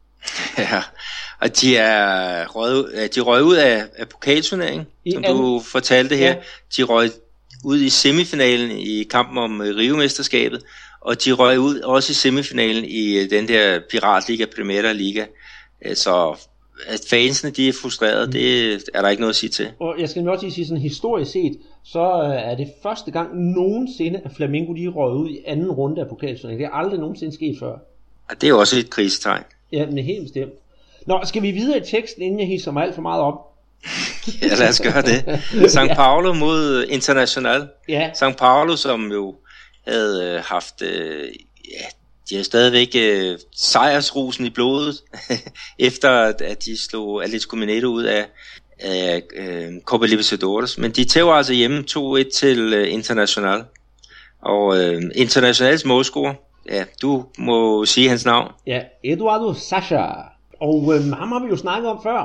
Ja, og de er røget, de røg ud af, af pokalturneringen, I som anden, du fortalte her. Ja. De røg ud i semifinalen i kampen om Rio-mesterskabet, og de røg ud også i semifinalen i den der Piratliga, Primera Liga. Så at fansene, de er frustrerede, mm. det er der ikke noget at sige til. Og jeg skal også sige, sådan historisk set, så er det første gang nogensinde, at Flamengo de røg ud i anden runde af pokalturneringen. Det er aldrig nogensinde sket før. Og det er også et krisetegn. Ja, men helt bestemt. Nå, skal vi videre i teksten, inden jeg hisser mig alt for meget op? Ja, lad os gøre det. São Paulo mod International. Ja. São Paulo, som jo havde øh, haft, øh, ja, de har stadigvæk øh, sejrsrusen i blodet, efter at de slog Atlético Mineiro ud af, af øh, Copa Libertadores. Men de tæver altså hjemme to et til øh, International. Og øh, Internationals målscorer, ja, du må sige hans navn. Ja, Eduardo Sacha. Og øh, ham har vi jo snakket om før.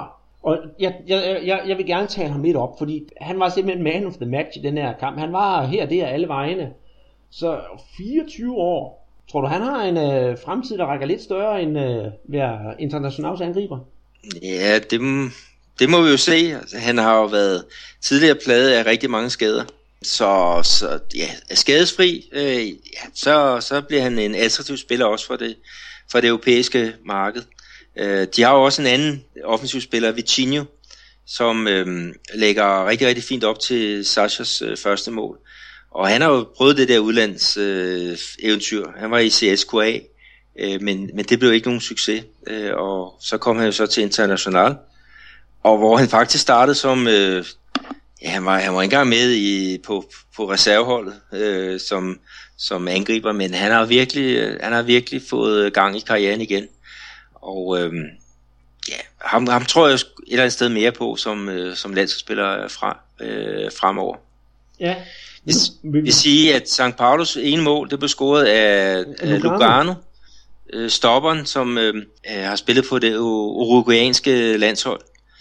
Og jeg, jeg, jeg, jeg vil gerne tale ham lidt op, fordi han var simpelthen man of the match i den her kamp. Han var her og der alle vegne. Så fireogtyve år. Tror du, han har en øh, fremtid, der rækker lidt større end øh, være internationals angriber? Ja, det, det må vi jo se. Han har jo været tidligere plaget af rigtig mange skader. Så, så ja, er skadesfri, øh, ja, så, så bliver han en attraktiv spiller også for det, for det europæiske marked. Øh, de har jo også en anden offensiv spiller, Vitinho, som øh, lægger rigtig, rigtig fint op til Sashas øh, første mål. Og han har jo prøvet det der udlands øh, eventyr. Han var i C S K A, øh, men, men det blev ikke nogen succes. Øh, og så kom han jo så til International, og hvor han faktisk startede som... Øh, ja, han var, han var ikke engang med i, på, på reserveholdet øh, som, som angriber, men han har virkelig, han har virkelig fået gang i karrieren igen. Og øh, ja, ham, ham tror jeg et eller andet sted mere på som, øh, som landsholdsspiller fra, øh, fremover. Ja. Vi vil sige, at Sankt Paulos ene mål, det blev scoret af Lugano, Lugano øh, stopperen, som øh, har spillet på det uruguayanske landshold.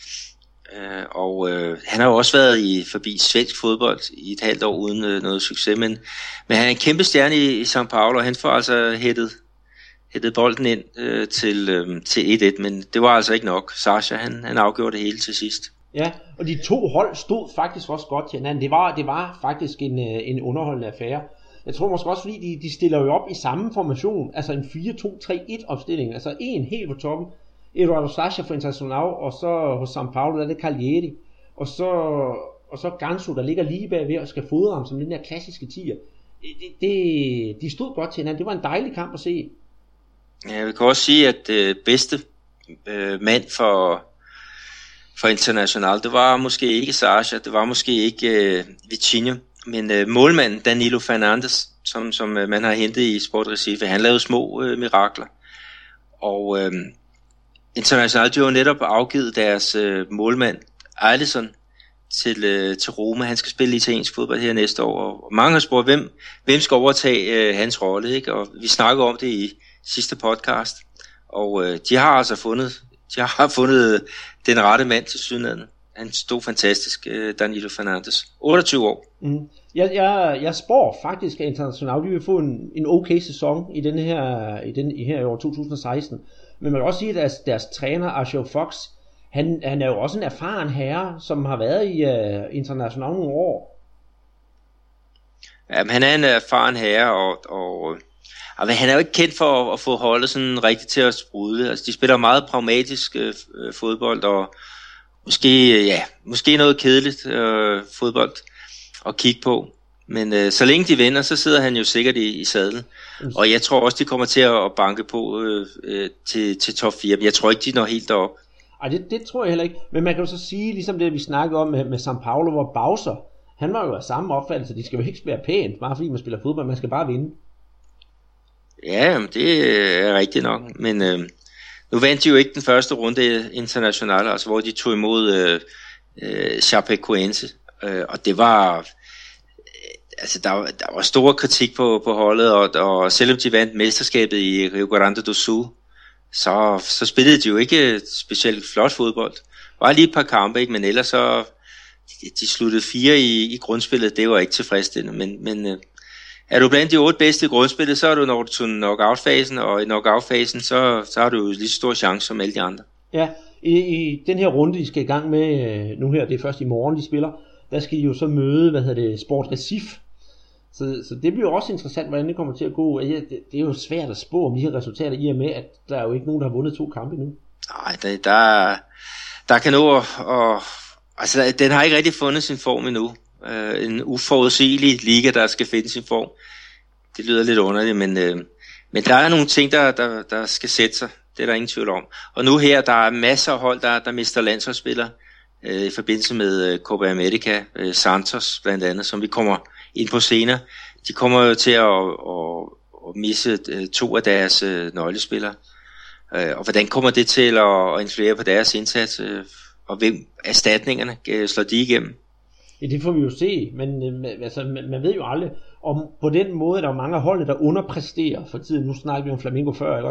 Øh, og øh, han har jo også været i forbi svensk fodbold i et halvt år uden øh, noget succes, men, men han er en kæmpe stjerne i, i Sankt Paulo, og han får altså hættet, hættet bolden ind øh, til, øh, til et et, men det var altså ikke nok. Sasha, han, han afgjorde det hele til sidst. Ja, og de to hold stod faktisk også godt til hinanden. Det var, det var faktisk en, en underholdende affære. Jeg tror måske også, fordi de, de stiller jo op i samme formation, altså en fire to tre et opstilling, altså en helt på toppen. Eduardo Sasha for Internacional, og så hos São Paulo, der er det Cagliari, og så, og så Ganso, der ligger lige bagved og skal fodre ham som den der klassiske tier. Det, det, de stod godt til hinanden. Det var en dejlig kamp at se. Ja, vi kan også sige, at øh, bedste øh, mand for, for Internacional, det var måske ikke Sasha, det var måske ikke øh, Vitinho, men øh, målmanden Danilo Fernandes, som, som øh, man har hentet i Sport Recife, han lavede små øh, mirakler. Og øh, International, de har jo netop afgivet deres øh, målmand Alisson til, øh, til Roma. Han skal spille italiensk fodbold her næste år, og mange har spurgt, hvem, hvem skal overtage øh, hans rolle, ikke? Og vi snakkede om det i sidste podcast, og øh, de har altså fundet, de har fundet den rette mand til Sydlandet. Han stod fantastisk, øh, Danilo Fernandes. otteogtyve år. Mm. Jeg, jeg, jeg spår faktisk, at International de vil få en, en okay sæson i den her i den i her i år to tusind og seksten. Men man kan også sige, at deres, deres træner Arshel Fox, han, han er jo også en erfaren herre, som har været i uh, International nogle år. Ja, han er en erfaren herre, og, og, og han er jo ikke kendt for at, at få holdet sådan rigtigt til at sprudle. Altså, de spiller meget pragmatisk øh, fodbold, og måske, ja, måske noget kedeligt øh, fodbold at kigge på. Men øh, så længe de vinder, så sidder han jo sikkert i, i sadlen. Og jeg tror også, de kommer til at banke på øh, øh, til, til top fire. Men jeg tror ikke, de når helt derop. Ej, det, det tror jeg heller ikke. Men man kan jo så sige, ligesom det vi snakkede om med, med São Paulo, hvor Bauser, han var jo af samme opfattelse. De skal jo ikke spille pænt, bare fordi man spiller fodbold. Man skal bare vinde. Ja, det er rigtigt nok. Men øh, nu vandt de jo ikke den første runde internationale, altså hvor de tog imod øh, øh, Chapecoense. Øh, og det var... Altså, der, der var stor kritik på, på holdet, og, og selvom de vandt mesterskabet i Rio Grande do Sul, så, så spillede de jo ikke specielt flot fodbold. Der var lige et par kampe, ikke? Men ellers så, de, de sluttede fire i, i grundspillet, det var ikke tilfredsstillende. Men, men øh, er du blandt de otte bedste i grundspillet, så er du nået til knockout-fasen, og i knockout-fasen, så, så har du jo lige så stor chance som alle de andre. Ja, i, i den her runde, de skal i gang med nu her, det er først i morgen, de spiller, der skal de jo så møde, hvad hedder det, Sport Recife. Så, så det bliver også interessant, hvordan det kommer til at gå. Det, det er jo svært at spå om de her resultater, i og med, at der er jo ikke nogen, der har vundet to kampe endnu. Nej, der, der, der kan nå at... Og, altså, den har ikke rigtig fundet sin form endnu. Uh, en uforudsigelig liga, der skal finde sin form. Det lyder lidt underligt, men, uh, men der er nogle ting, der, der, der skal sætte sig. Det er der ingen tvivl om. Og nu her, der er masser af hold, der, der mister landsholdsspillere uh, i forbindelse med uh, Copa America, uh, Santos blandt andet, som vi kommer ind på senere. De kommer jo til at, at, at misse uh, to af deres uh, nøglespillere. Uh, og hvordan kommer det til at, at influere på deres indsats? Uh, og hvem erstatningerne uh, slår de igennem? Ja, det får vi jo se, men øh, altså, man, man ved jo aldrig, om på den måde, der er mange hold, der underpresterer for tiden. Nu snakker vi om Flamengo før, ikke også?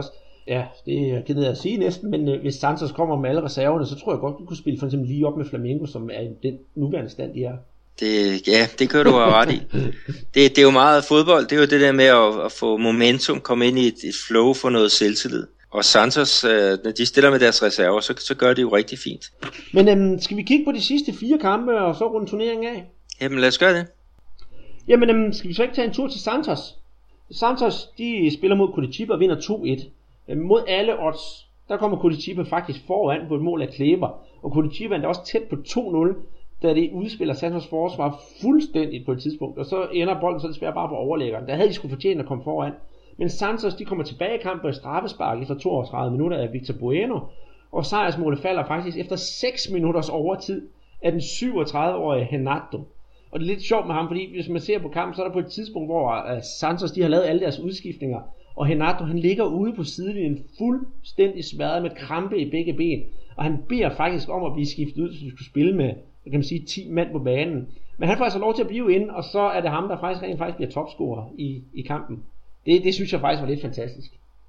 Ja, det er jeg at sige næsten, men øh, hvis Santos kommer med alle reserverne, så tror jeg godt, du kunne spille for eksempel lige op med Flamengo, som er den nuværende stand, de er. Det, ja, det kan du have ret i. Det, det er jo meget fodbold, det er jo det der med at, at få momentum, komme ind i et, et flow for noget selvtillid. Og Santos, øh, når de stiller med deres reserver, så, så gør det jo rigtig fint. Men øhm, skal vi kigge på de sidste fire kampe, og så runde turneringen af? Jamen lad os gøre det. Jamen øhm, skal vi så ikke tage en tur til Santos? Santos, de spiller mod Curitiba og vinder to et. Øhm, mod alle odds, der kommer Curitiba faktisk foran på et mål af Kleber. Og Curitiba er også tæt på to nul, da det udspiller Santos forsvar fuldstændigt på et tidspunkt. Og så ender bolden så desværre bare på overlæggeren. Der havde de skulle fortjene at komme foran. Men Santos, de kommer tilbage i kampen og straffespark efter toogtredive minutter af Victor Bueno. Og sejrsmålet falder faktisk efter seks minutters overtid af den syvogtredive-årige Renato. Og det er lidt sjovt med ham, fordi hvis man ser på kampen, så er der på et tidspunkt, hvor uh, Santos de har lavet alle deres udskiftninger. Og Renato, han ligger ude på sidelinjen fuldstændig smadret med krampe i begge ben. Og han beder faktisk om at blive skiftet ud, så de skulle spille med, kan man sige, ti mand på banen. Men han får altså lov til at blive inde, og så er det ham, der faktisk rent faktisk bliver topscorer i, i kampen. Det, det synes jeg faktisk var lidt fantastisk.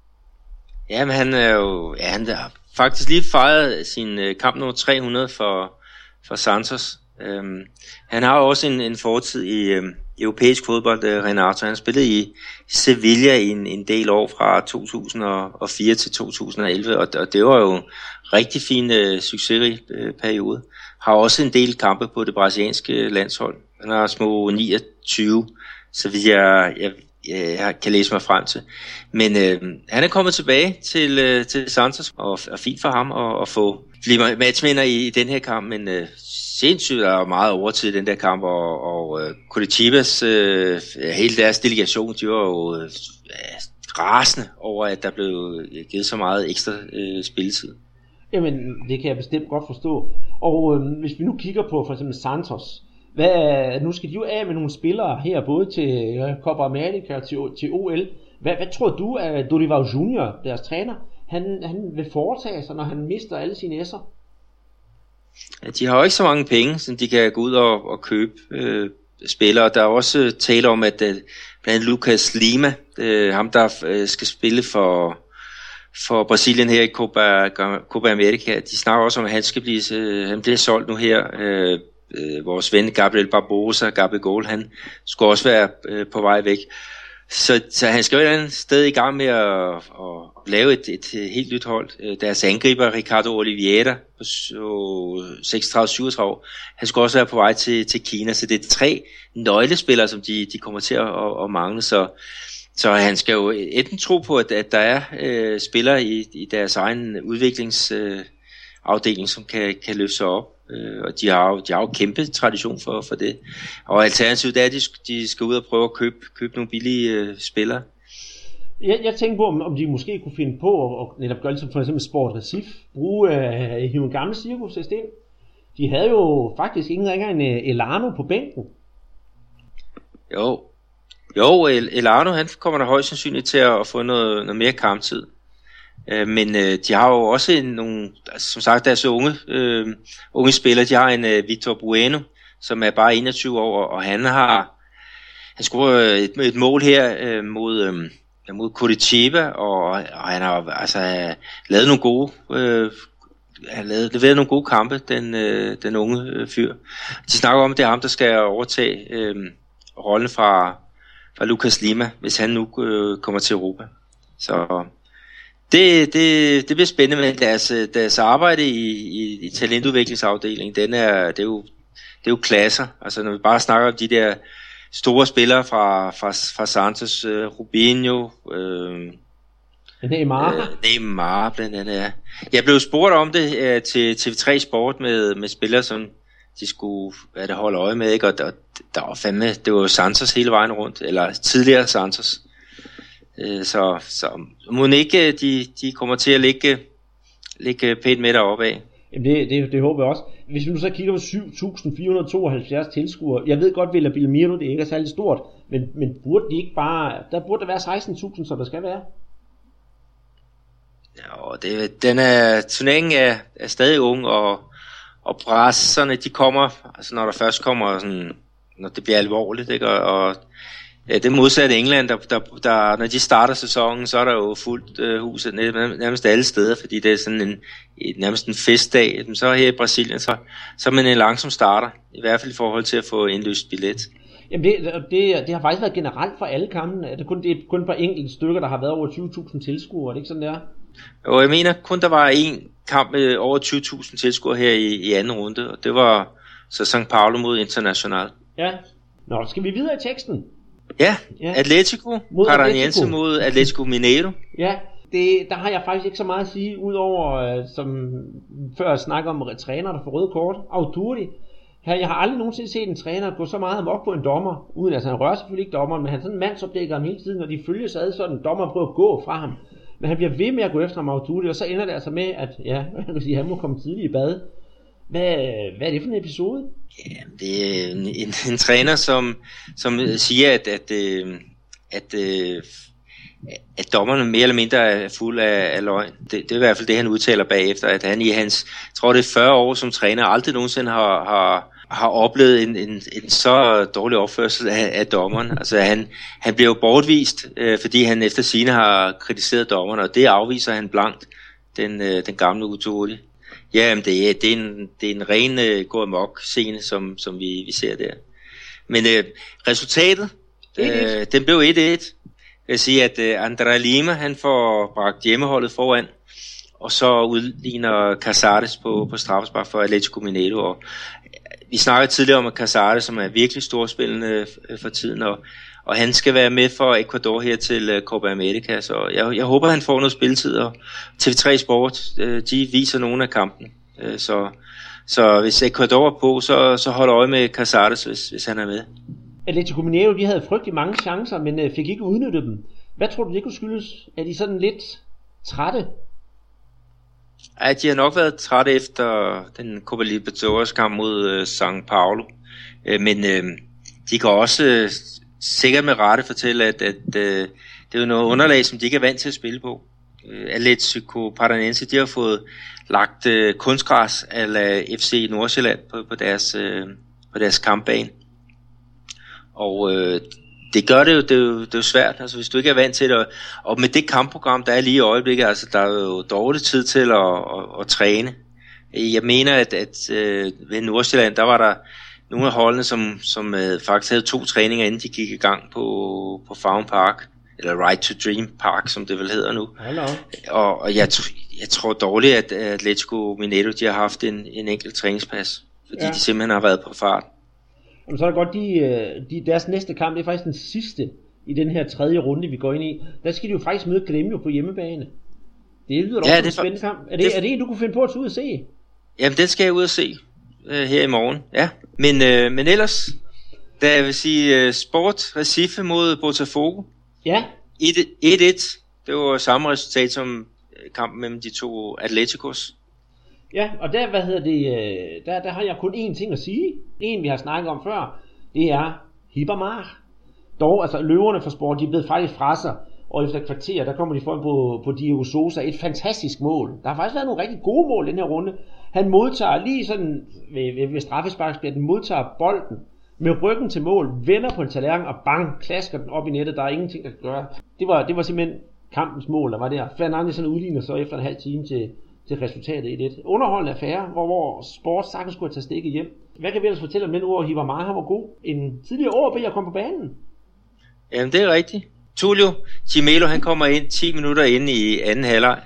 Ja, men han er jo, ja, han har faktisk lige fejret sin uh, kamp nummer tre hundrede for, for Santos. Um, han har også en, en fortid i um, europæisk fodbold, uh, Renato. Han spillede i Sevilla i en, en del år fra to tusind og fire til to tusind og elleve, og, og det var jo en rigtig fin uh, succesrig uh, periode. Har også en del kampe på det brasilianske landshold. Han har små niogtyve, så vidt jeg, jeg jeg kan læse mig frem til. Men øh, han er kommet tilbage til, øh, til Santos, og, og fint for ham at, at få blive matchvinder i, i den her kamp, men øh, sindssygt er meget overtid i den der kamp, og, og øh, Curitiba's, øh, hele deres delegation, de var jo øh, rasende over, at der blev givet så meget ekstra øh, spilletid. Jamen, det kan jeg bestemt godt forstå. Og øh, hvis vi nu kigger på for eksempel Santos, hvad, nu skal de jo af med nogle spillere her, både til Copa America og til, til O L. Hvad, hvad tror du, at Dorival junior, deres træner, han, han vil foretage sig, når han mister alle sine esser? Ja, de har jo ikke så mange penge, så de kan gå ud og, og købe øh, spillere. Der er også tale om, at øh, blandt Lucas Lima, øh, ham der øh, skal spille for, for Brasilien her i Copa, Copa America, de snakker også om, at han skal blive, øh, han bliver solgt nu her. Øh, Øh, vores ven Gabriel Barbosa, Gabriel Goal, han skulle også være øh, på vej væk. Så, så han skal jo et eller andet sted i gang med at, at lave et, et, et helt nyt hold. Øh, deres angriber, Ricardo Oliveira, på seksogtredive syvogtredive år, han skulle også være på vej til, til Kina. Så det er tre nøglespillere, som de, de kommer til at, at, at mangle. Så, så han skal jo enten tro på, at, at der er øh, spillere i, i deres egen udviklingsafdeling, øh, som kan, kan løfte sig op. Øh, og de har, jo, de har jo kæmpe tradition for, for det. Og alternativet er, at de, de skal ud og prøve at købe, købe nogle billige øh, spillere. Jeg, jeg tænker på, om, om de måske kunne finde på at, at netop gøre det som for eksempel Sport Recife, bruge øh, hive en gammel cirkushest ind. De havde jo faktisk ingen ringer end uh, Elano på bænken. Jo, jo El, Elano han kommer der højst sandsynligt til at få noget, noget mere kamptid. Men øh, de har jo også en, nogle, altså, som sagt deres unge, øh, unge spillere, de har en øh, Victor Bueno, som er bare enogtyve år, og han har han scorede et, et mål her øh, mod, øh, mod Curitiba, og, og han har altså lavet nogle gode øh, han har lavet, leveret nogle gode kampe, den, øh, den unge øh, fyr. De snakker om, at det er ham, der skal overtage øh, rollen fra, fra Lucas Lima, hvis han nu øh, kommer til Europa. Så Det, det, det bliver spændende, men deres, deres arbejde i, i, i talentudviklingsafdelingen, den er, det, er jo, det er jo klasser. Altså når vi bare snakker om de der store spillere fra, fra, fra Santos, uh, Rubinho, uh, Neymar. Uh, Neymar blandt andet, ja. Jeg blev spurgt om det uh, til T V tre Sport med, med spillere, som de skulle hvad det, holde øje med, ikke? Og der, der var fandme, det var jo Santos hele vejen rundt, eller tidligere Santos. Så, så må ikke de, de kommer til at ligge, ligge pænt med deroppe af. Jamen det, det, det håber jeg også. Hvis vi nu så kigger på syv tusind fire hundrede og tooghalvfjerds tilskuere, jeg ved godt, Villa Belmiro, det ikke er særlig stort, men, men burde de ikke bare, der burde der være seksten tusind, som der skal være? Ja, det, den er, turneringen er, er stadig ung, og, og brasserne, de kommer, altså når der først kommer sådan, når det bliver alvorligt, ikke, og, og Ja, det er modsat England, der, der, der, når de starter sæsonen, så er der jo fuldt øh, huset nærmest alle steder, fordi det er sådan en, et, nærmest en festdag. Så her i Brasilien, så, så er man en langsom starter, i hvert fald i forhold til at få indløst billet. Jamen det, det, det har faktisk været generelt for alle kampene. Det er kun, det er kun et par enkelte stykker, der har været over tyve tusind tilskuere, er det ikke sådan der? Jo, jeg mener kun der var en kamp med over tyve tusind tilskuere her i, i anden runde, og det var så São Paulo mod Internacional. Ja, nå, skal vi videre i teksten? Ja, ja. Atletico Paranaense mod Atletico Mineiro. Ja, det, der har jeg faktisk ikke så meget at sige, udover uh, som før jeg snakker om træner, der får røde kort, Autori. Jeg har aldrig nogensinde set en træner gå så meget amok på en dommer, uden altså han rører selvfølgelig ikke dommeren, men han sådan mandsopdækker ham hele tiden, og de følges ad, sådan dommeren prøver at gå fra ham. Men han bliver ved med at gå efter ham Autori, og så ender det altså med, at ja, jeg kan sige, han må komme tidligt i bad. Hvad, hvad er det for en episode? Ja, det er en, en, en træner, som, som siger, at, at, at, at, at dommerne mere eller mindre er fuld af, af løgn. Det, det er i hvert fald det, han udtaler bagefter, at han i hans, jeg tror det er fyrre år som træner, aldrig nogensinde har, har, har oplevet en, en, en så dårlig opførsel af, af dommeren. Altså han, han bliver jo bortvist, øh, fordi han efter sine har kritiseret dommerne, og det afviser han blankt, den, øh, den gamle Autori. Ja, det er, det er en, det er en ren uh, gå amok scene, som, som vi, vi ser der. Men uh, resultatet, uh, den blev et et. Jeg vil sige, at uh, André Lima, han får bragt hjemmeholdet foran, og så udligner Casares på, på straffespark for Atletico Mineiro. Og vi snakkede tidligere om, at Casares, som er virkelig storspillende for tiden, og, og han skal være med for Ecuador her til uh, Copa America, så jeg, jeg håber, han får noget spilletid, og T V tre Sport, uh, de viser nogle af kampen, uh, så, så hvis Ecuador er på, så, så hold øje med Casares, hvis, hvis han er med. Atletico Mineiro, de havde frygtelig mange chancer, men uh, fik ikke udnyttet dem. Hvad tror du, det kunne skyldes? Er de sådan lidt trætte? Ja, de har nok været trætte efter den Copa Libertadores kamp mod uh, São Paulo, uh, men uh, de kan også uh, sikkert med rette fortælle, at, at uh, det er jo noget underlag, som de ikke er vant til at spille på. Uh, Atletico Paranaense, de har fået lagt uh, kunstgræs ala F C Nordsjælland på, på, deres, uh, på deres kampbane. Og uh, det gør det jo, det er jo, det er jo svært, altså hvis du ikke er vant til det, og med det kampprogram, der er lige i øjeblikket, altså der er jo dårlig tid til at, at, at træne. Jeg mener, at, at uh, ved Nordsjælland, der var der nogle af holdene, som, som uh, faktisk havde to træninger, inden de gik i gang på, på Farum Park, eller Right to Dream Park, som det vel hedder nu. Hello. Og, og jeg, jeg tror dårligt, at Atletico Mineiro, de har haft en, en enkelt træningspas, fordi ja. de simpelthen har været på fart. Jamen, så er det godt, de, de, deres næste kamp, det er faktisk den sidste i den her tredje runde, vi går ind i. Der skal de jo faktisk møde Grêmio på hjemmebane. Det lyder da ja, også en spændende kamp. Er det, det, er det en, du kunne finde på at tage ud og se? Jamen, den skal jeg ud og se øh, her i morgen. Ja, men, øh, men ellers, da jeg vil sige uh, Sport Recife mod Botafogo. Ja. et et. Det var samme resultat som kampen mellem de to Atleticos. Ja, og der, hvad hedder det, der, der har jeg kun én ting at sige. En, vi har snakket om før, det er Ribamar. Dog, altså løverne for Sport, de er blevet faktisk fra sig, og efter et kvarter, der kommer de foran på, på Diego Sosa. Et fantastisk mål. Der har faktisk været nogle rigtig gode mål i den her runde. Han modtager lige sådan, ved, ved, ved straffesparksblætten, modtager bolden med ryggen til mål, vender på en tallerken og bang, klasker den op i nettet. Der er ingenting, der kan gøre. Det var, det var simpelthen kampens mål, der var der. Fernandes sådan udligner så efter en halv time til, til resultatet i det. Underholdende affære, hvor, hvor Sport sagtens skulle tage stikket hjem. Hvad kan vi ellers fortælle om den ord, Ribamar? Han var god. En tidligere år blev jeg kom på banen. Jamen, det er rigtigt. Tulio Chimelo, han kommer ind ti minutter ind i anden halvleg,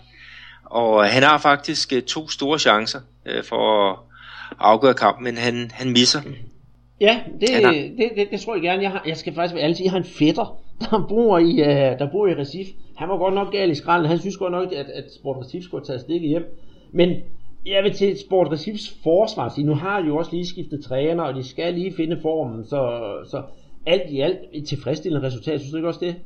og han har faktisk to store chancer øh, for at afgøre kampen, men han, han misser. Ja, det, har... det, det, det tror jeg gerne. Jeg, har, jeg skal faktisk være ærlig, jeg har en fætter, der bor i, uh, der bor i Recife. Han var godt nok gal i skralden. Han synes godt nok, at, at Sport Recife skulle tage stikket hjem. Men jeg vil til Sport Recifes forsvar sige, nu har de jo også lige skiftet træner, og de skal lige finde formen, så, så alt i alt et tilfredsstillende resultat. Synes du ikke også det?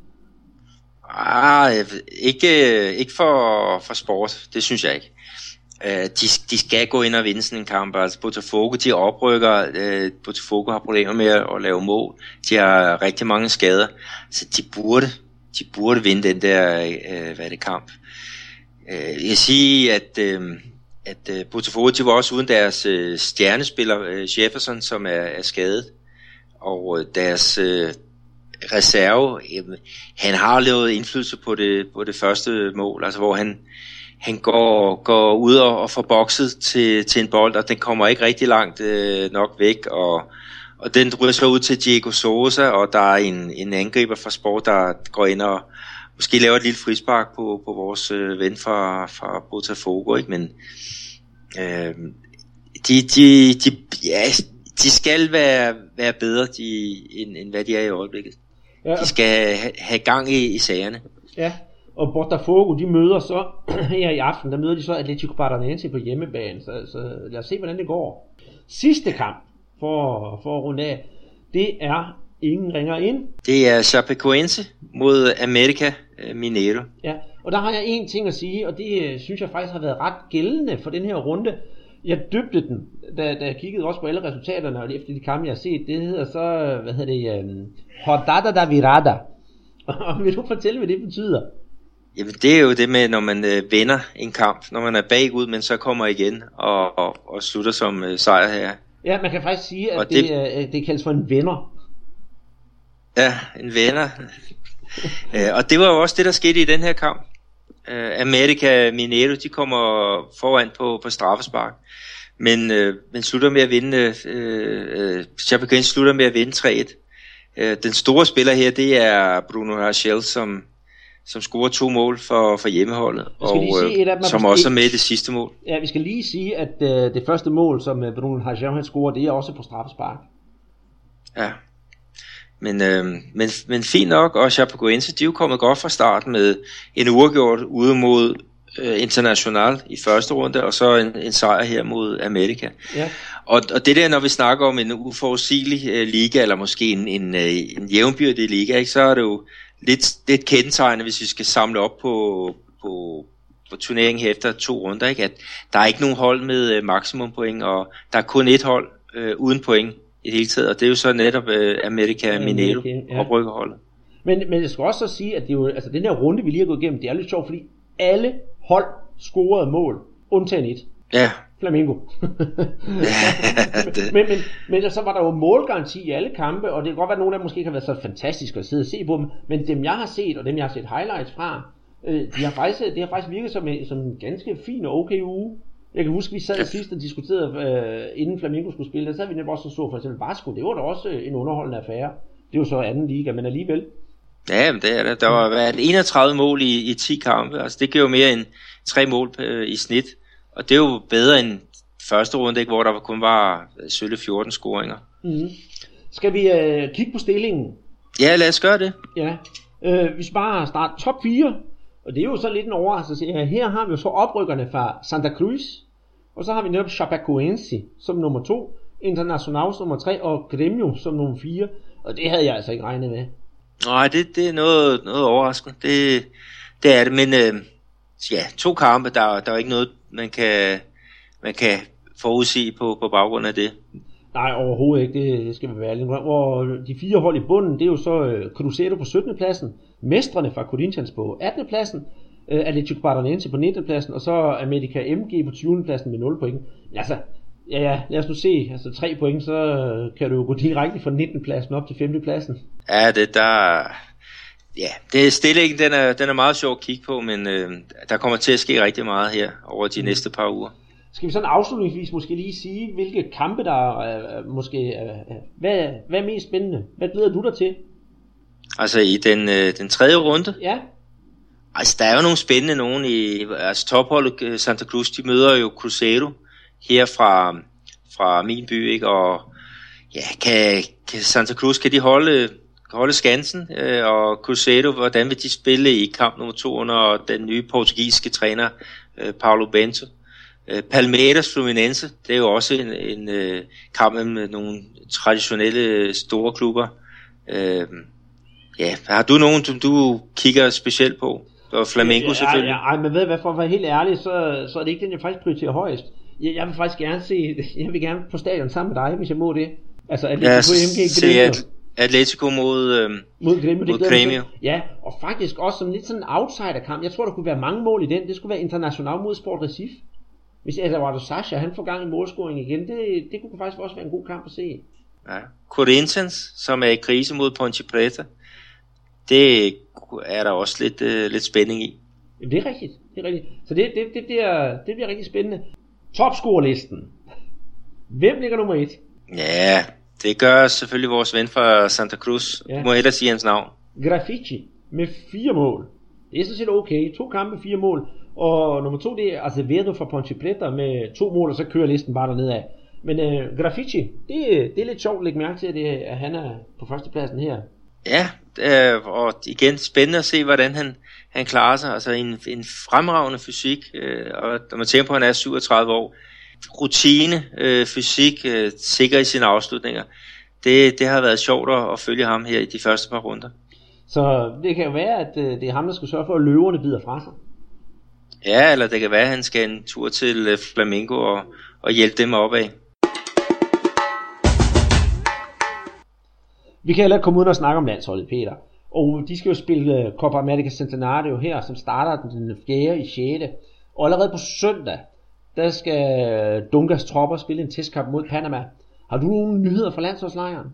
Ah, ikke, ikke for, for Sport, det synes jeg ikke. Uh, de, de skal gå ind og vinde sådan en kamp. Altså Botafogo, de oprykker. uh, Botafogo har problemer med at, at lave mål. De har rigtig mange skader, så de burde de burde vinde den der uh, hvad er det, kamp. uh, Jeg siger at, uh, at uh, Botafogo, de var også uden deres uh, stjernespiller uh, Jefferson, som er, er skadet, og uh, deres uh, reserve, jamen, han har lavet indflydelse på det, på det første mål, altså hvor han, han går, går ud og, og får bokset til, til en bold, og den kommer ikke rigtig langt øh, nok væk, og, og den ryger så ud til Diego Sosa, og der er en, en angriber fra Sport, der går ind og måske laver et lille frispark på, på vores øh, ven fra, fra Botafogo, ikke? Men øh, de, de, de, ja, de skal være, være bedre de, end, end hvad de er i øjeblikket. Ja. De skal have, have gang i, i sagerne. Ja, og Botafogo, de møder så her i aften, der møder de så Atlético Paranaense på hjemmebane, så, så lad os se, hvordan det går. Sidste kamp for, for at runde af, det er ingen ringer ind. Det er Chapecoense mod América Mineiro. Ja, og der har jeg en ting at sige, og det synes jeg faktisk har været ret gældende for den her runde. Jeg døbte den, da, da jeg kiggede også på alle resultaterne, og efter de kampe, jeg har set, det hedder så, hvad hedder det, um, Rodada da Virada. Og vil du fortælle, hvad det betyder? Jamen, det er jo det med, når man øh, vinder en kamp, når man er bagud, men så kommer igen og, og, og slutter som øh, sejr her. Ja, man kan faktisk sige, at det, det, øh, det kaldes for en vinder. Ja, en vinder. øh, og det var jo også det, der skete i den her kamp. Uh, América Mineiro, de kommer foran på, på straffespark, men, uh, men slutter med at vinde, uh, uh, Chapecoense slutter med at vinde tre et. Uh, den store spiller her, det er Bruno Rachel, som, som scorer to mål for, for hjemmeholdet, og uh, som også er med i det sidste mål. Ja, vi skal lige sige, at uh, det første mål, som Bruno Rachel han scorer, det er også på straffespark. Ja. Men, øh, men, men fint nok, og Chapecoense, de er jo kommet godt fra starten med en uafgjort ude mod øh, International i første runde, og så en, en sejr her mod Amerika. Ja. Og, og det der, når vi snakker om en uforudsigelig øh, liga, eller måske en, en, øh, en jævnbyrdig liga, ikke, så er det jo lidt, lidt kendetegnende, hvis vi skal samle op på, på, på turneringen efter to runder, ikke, at der er ikke nogen hold med øh, maksimum point, og der er kun et hold øh, uden point i det hele taget, og det er jo så netop uh, América Mineiro, ja. Oprykkerholdet. Men, men jeg skal også så sige, at det er jo, altså, den her runde, vi lige har gået igennem, det er lidt sjovt, fordi alle hold scorede mål, undtagen et. Ja. Flamengo. men, men, men så var der jo målgaranti i alle kampe, og det kan godt være, at nogle af dem måske ikke har været så fantastiske at sidde og se på dem, men dem jeg har set, og dem jeg har set highlights fra, øh, de har faktisk, det har faktisk virket som en, som en ganske fin og okay uge. Jeg kan huske, vi sad sidst og diskuterede, øh, inden Flamengo skulle spille, der sad vi netop også og så for eksempel Vasco. Det var da også en underholdende affære. Det var så anden liga, men alligevel. Ja, men det er det. Der var været enogtredive mål i, i ti kampe. Altså, det giver jo mere end tre mål øh, i snit. Og det er jo bedre end første runde, ikke, hvor der kun var sølle fjorten scoringer. Mm-hmm. Skal vi øh, kigge på stillingen? Ja, lad os gøre det. Ja. Øh, vi skal bare starte top fire. Og det er jo så lidt en overraskelse. Her har vi jo så oprykkerne fra Santa Cruz. Og så har vi netop Chapecoense som nummer to, Internacional som nummer tre, og Grêmio som nummer fire. Og det havde jeg altså ikke regnet med. Nej, det, det er noget, noget overraskende. Det, det er det, men øh, ja, to kampe, der, der er ikke noget, man kan, man kan forudsige på, på baggrund af det. Nej, overhovedet ikke. Det skal vi være ærlige. Hvor de fire hold i bunden, det er jo så Cruzeiro på syttende pladsen, mestrene fra Corinthians på attende pladsen, Uh, Atlético Paranaense på nittende pladsen, og så América M G på tyvende pladsen med nul point. Altså, ja, ja, lad os nu se, altså tre point, så kan du jo gå direkte fra nittende pladsen op til femte pladsen. Ja, det der, ja, det stillingen, den er, den er meget sjov at kigge på, men øh, der kommer til at ske rigtig meget her over de mm. næste par uger. Skal vi sådan afslutningsvis måske lige sige, hvilke kampe der er, øh, måske, øh, hvad, hvad er mest spændende? Hvad glæder du dig til? Altså i den, øh, den tredje runde? Ja. Altså, der er jo nogle spændende nogen i, altså topholdet Santa Cruz, de møder jo Cruzeiro her fra, fra min by, ikke, og ja, kan, kan Santa Cruz, kan de holde, holde skansen, øh, og Cruzeiro, hvordan vil de spille i kamp nummer to under den nye portugisiske træner, øh, Paulo Bento. Øh, Palmeiras Fluminense, det er jo også en, en øh, kamp med nogle traditionelle store klubber. Øh, ja, har du nogen, som du kigger specielt på? Og Flamengo ja, selvfølgelig. Ja, ja, men ved hvad, for at være helt ærlig, så, så er det ikke den, jeg faktisk prioriterer højest. Jeg, jeg vil faktisk gerne se, jeg vil gerne på stadion sammen med dig, hvis jeg må det. Altså Atletico ja, M G se at Atletico mod, øhm, mod Grêmio. Mod Grêmio. Ja, og faktisk også som lidt sådan en outsider-kamp. Jeg tror, der kunne være mange mål i den. Det skulle være International mod Sport Recife. Hvis Eduardo Sacha, han får gang i målscoring igen, det, det kunne faktisk også være en god kamp at se. Ja. Corinthians, som er i krise mod Ponte Preta. det er der også lidt, øh, lidt spænding i. Jamen, det er rigtigt. Det er rigtigt. Så det, det, det, bliver, det bliver rigtig spændende. Topscorerlisten. Hvem ligger nummer et? Ja, det gør selvfølgelig vores ven fra Santa Cruz. Ja. Du må ellers sige hans navn. Graffiti med fire mål. Det er sådan set okay. To kampe, fire mål. Og nummer to, det er Azevedo fra Ponte Preta med to mål, og så kører listen bare dernede af. Men uh, Graffiti, det, det er lidt sjovt at lægge mærke til, at, det, at han er på førstepladsen her. Ja, øh, og igen spændende at se, hvordan han, han klarer sig. Altså en, en fremragende fysik, øh, og når man tænker på, at han er syvogtredive år. Rutine, øh, fysik, øh, sikker i sine afslutninger. Det, det har været sjovt at, at følge ham her i de første par runder. Så det kan jo være, at øh, det er ham, der skal sørge for, at løverne bider fra sig. Ja, eller det kan være, at han skal en tur til øh, Flamengo og, og hjælpe dem opad. Vi kan heller ikke komme uden at snakke om landsholdet, Peter. Og de skal jo spille Copa América Centenario her, som starter den fjerde i sjette. Og allerede på søndag, der skal Dungas tropper spille en testkamp mod Panama. Har du nogle nyheder fra landsholdslejren?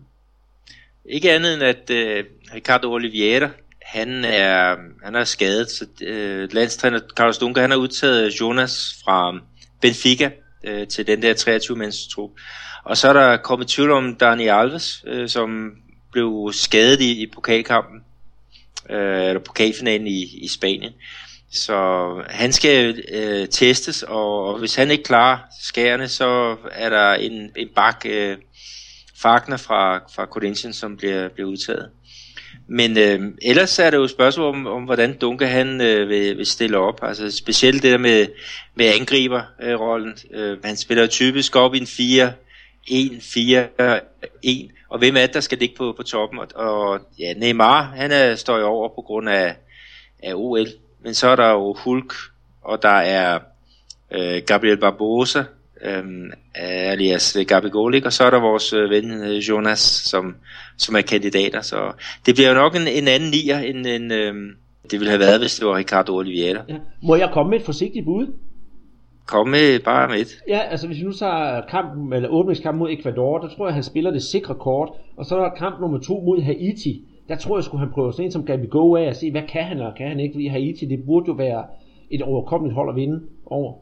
Ikke andet end at uh, Ricardo Oliveira, han er, han er skadet. Så uh, landstræner Carlos Dunga, han har udtaget Jonas fra Benfica uh, til den der treogtyve-mands trup. Og så er der kommet tvivl om Dani Alves, uh, som blev skadet i, i pokalkampen, uh, eller pokalfinalen i, i Spanien. Så han skal øh, testes, og, og hvis han ikke klarer skærene, så er der en, en bak øh, Fagner fra, fra Corinthians, som bliver, bliver udtaget. Men øh, ellers er det jo et spørgsmål om, om hvordan Dunga han øh, vil, vil stille op. Altså specielt det der med, med angriberrollen. Øh, han spiller typisk op i en fire en fire en, og hvem er det, der skal ligge på, på toppen? Og, og ja, Neymar, han er, står jo over på grund af, af O L. Men så er der jo Hulk, og der er øh, Gabriel Barbosa, øh, alias Gabigol, og så er der vores øh, ven øh, Jonas, som, som er kandidater. Så det bliver jo nok en, en anden nier, end, end øh, det ville have været, hvis det var Ricardo Oliveira. Ja. Må jeg komme med et forsigtigt bud? Kom med bare med et. Ja, altså hvis vi nu tager kampen, eller åbningskampen mod Ecuador, der tror jeg, han spiller det sikre kort, og så er der kamp nummer to mod Haiti. Der tror jeg, skulle han prøve sådan en som Gabigol af at se, hvad kan han og kan han ikke, fordi Haiti, det burde jo være et overkommeligt hold at vinde over.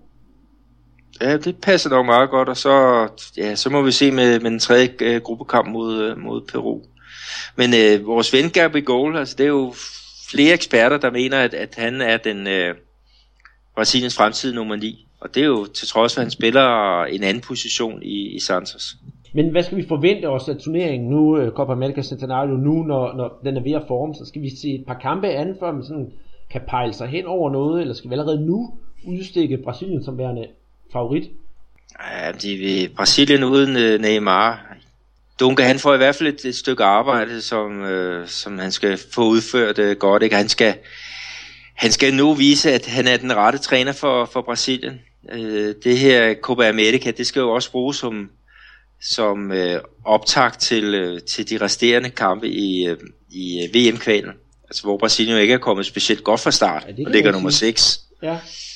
Ja, det passer nok meget godt, og så, ja, så må vi se med, med den tredje uh, gruppekamp mod, uh, mod Peru. Men uh, vores ven Gabigol, altså det er jo flere eksperter, der mener, at, at han er den uh, Brasiliens fremtidige nummer ni, og det er jo til trods for, at han spiller en anden position i, i Santos. Men hvad skal vi forvente os af turneringen nu, Copa América Centenario, nu når, når den er ved at forme? Så skal vi se et par kampe an, før man sådan kan pejle sig hen over noget, eller skal vi allerede nu udstikke Brasilien som værende favorit? Ja, det er Brasilien uden uh, Neymar. Dunga, han får i hvert fald et, et stykke arbejde, som, uh, som han skal få udført uh, godt. Ikke? Han skal, han skal nu vise, at han er den rette træner for, for Brasilien. Uh, det her Copa América, det skal jo også bruges som som øh, optakt til, øh, til de resterende kampe i, øh, i øh, V M-kvalen, altså hvor Brasilien jo ikke er kommet specielt godt fra start, ja, og ligger nummer seks. Ja.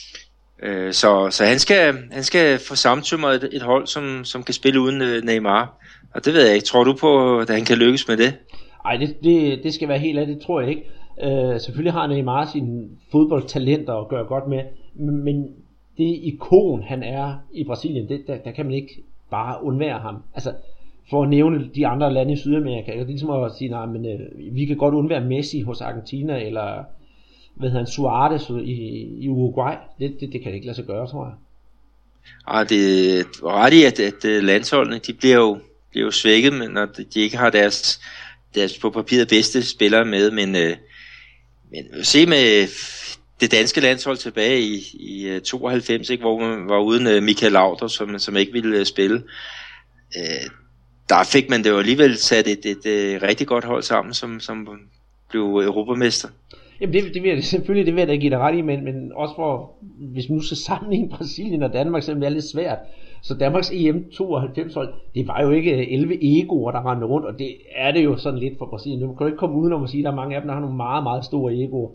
Øh, så så han, skal, han skal få samtømret et, et hold, som, som kan spille uden øh, Neymar, og det ved jeg ikke. Tror du på, at han kan lykkes med det? Nej, det, det, det skal være helt af, det tror jeg ikke. Øh, selvfølgelig har Neymar sine fodboldtalenter at gøre godt med, men det ikon, han er i Brasilien, det, der, der kan man ikke bare undvære ham. Altså, for at nævne de andre lande i Sydamerika, det er ligesom at sige, nej, men øh, vi kan godt undvære Messi hos Argentina, eller hvad hedder han, Suarez i, i Uruguay. Det, det, det kan det ikke lade sig gøre, tror jeg. Ah, det er ret i, at, at landsholdene, de bliver jo, bliver jo svækket, når de ikke har deres, deres på papiret bedste spillere med, men, øh, men se med det danske landshold tilbage i, i tooghalvfems, ikke, hvor man var uden uh, Michael Laudrup, som, som ikke ville uh, spille. Uh, der fik man det jo alligevel sat et, et, et, et rigtig godt hold sammen, som, som blev europamester. Jamen det, det vil jeg selvfølgelig, det vil jeg da give dig ret i, men, men også for, hvis man nu skal sammenligne Brasilien og Danmark, så er det lidt svært. Så Danmarks E M tooghalvfems hold, det var jo ikke elleve egoer, der rendte rundt, og det er det jo sådan lidt for Brasilien. Nu kan du ikke komme udenom at sige, at der er mange af dem, der har nogle meget, meget store egoer.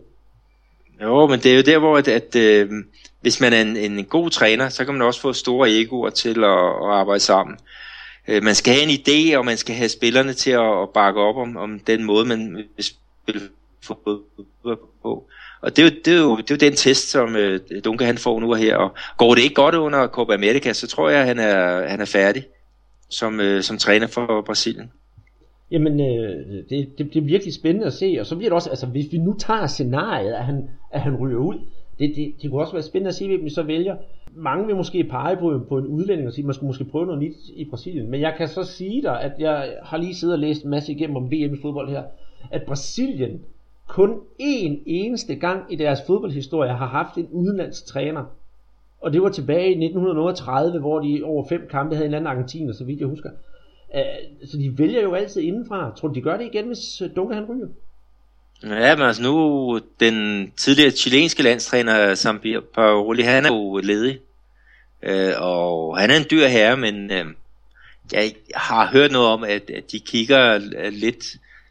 Jo, men det er jo der, hvor at, at øh, hvis man er en, en god træner, så kan man også få store egoer til at, at arbejde sammen. Øh, man skal have en idé, og man skal have spillerne til at, at bakke op om, om den måde, man vil spille fodbold på. Og det er, jo, det, er jo, det er jo den test, som øh, Dunga han får nu og her. Og går det ikke godt under Copa America, så tror jeg, at han er, han er færdig som, øh, som træner for Brasilien. Jamen, øh, det, det bliver virkelig spændende at se. Og så bliver det også, altså hvis vi nu tager scenariet, at han, at han ryger ud, det, det, det kunne også være spændende at se, hvem vi så vælger. Mange vil måske pege på, på en udlænding og sige, at man skulle måske prøve noget nyt i Brasilien. Men jeg kan så sige dig, at jeg har lige siddet og læst en masse igennem om V M i fodbold her, at Brasilien kun én eneste gang i deres fodboldhistorie har haft en udenlandsk træner. Og det var tilbage i nitten otteogtredive, hvor de over fem kampe havde en eller anden argentiner, så vidt jeg husker. Så de vælger jo altid indenfra. Tror du, de gør det igen, hvis Dunga han ryger? Ja, men altså nu, den tidligere chilenske landstræner Sampaoli, han er jo ledig. Øh, og han er en dyr herre, men øh, jeg har hørt noget om, at, at de kigger lidt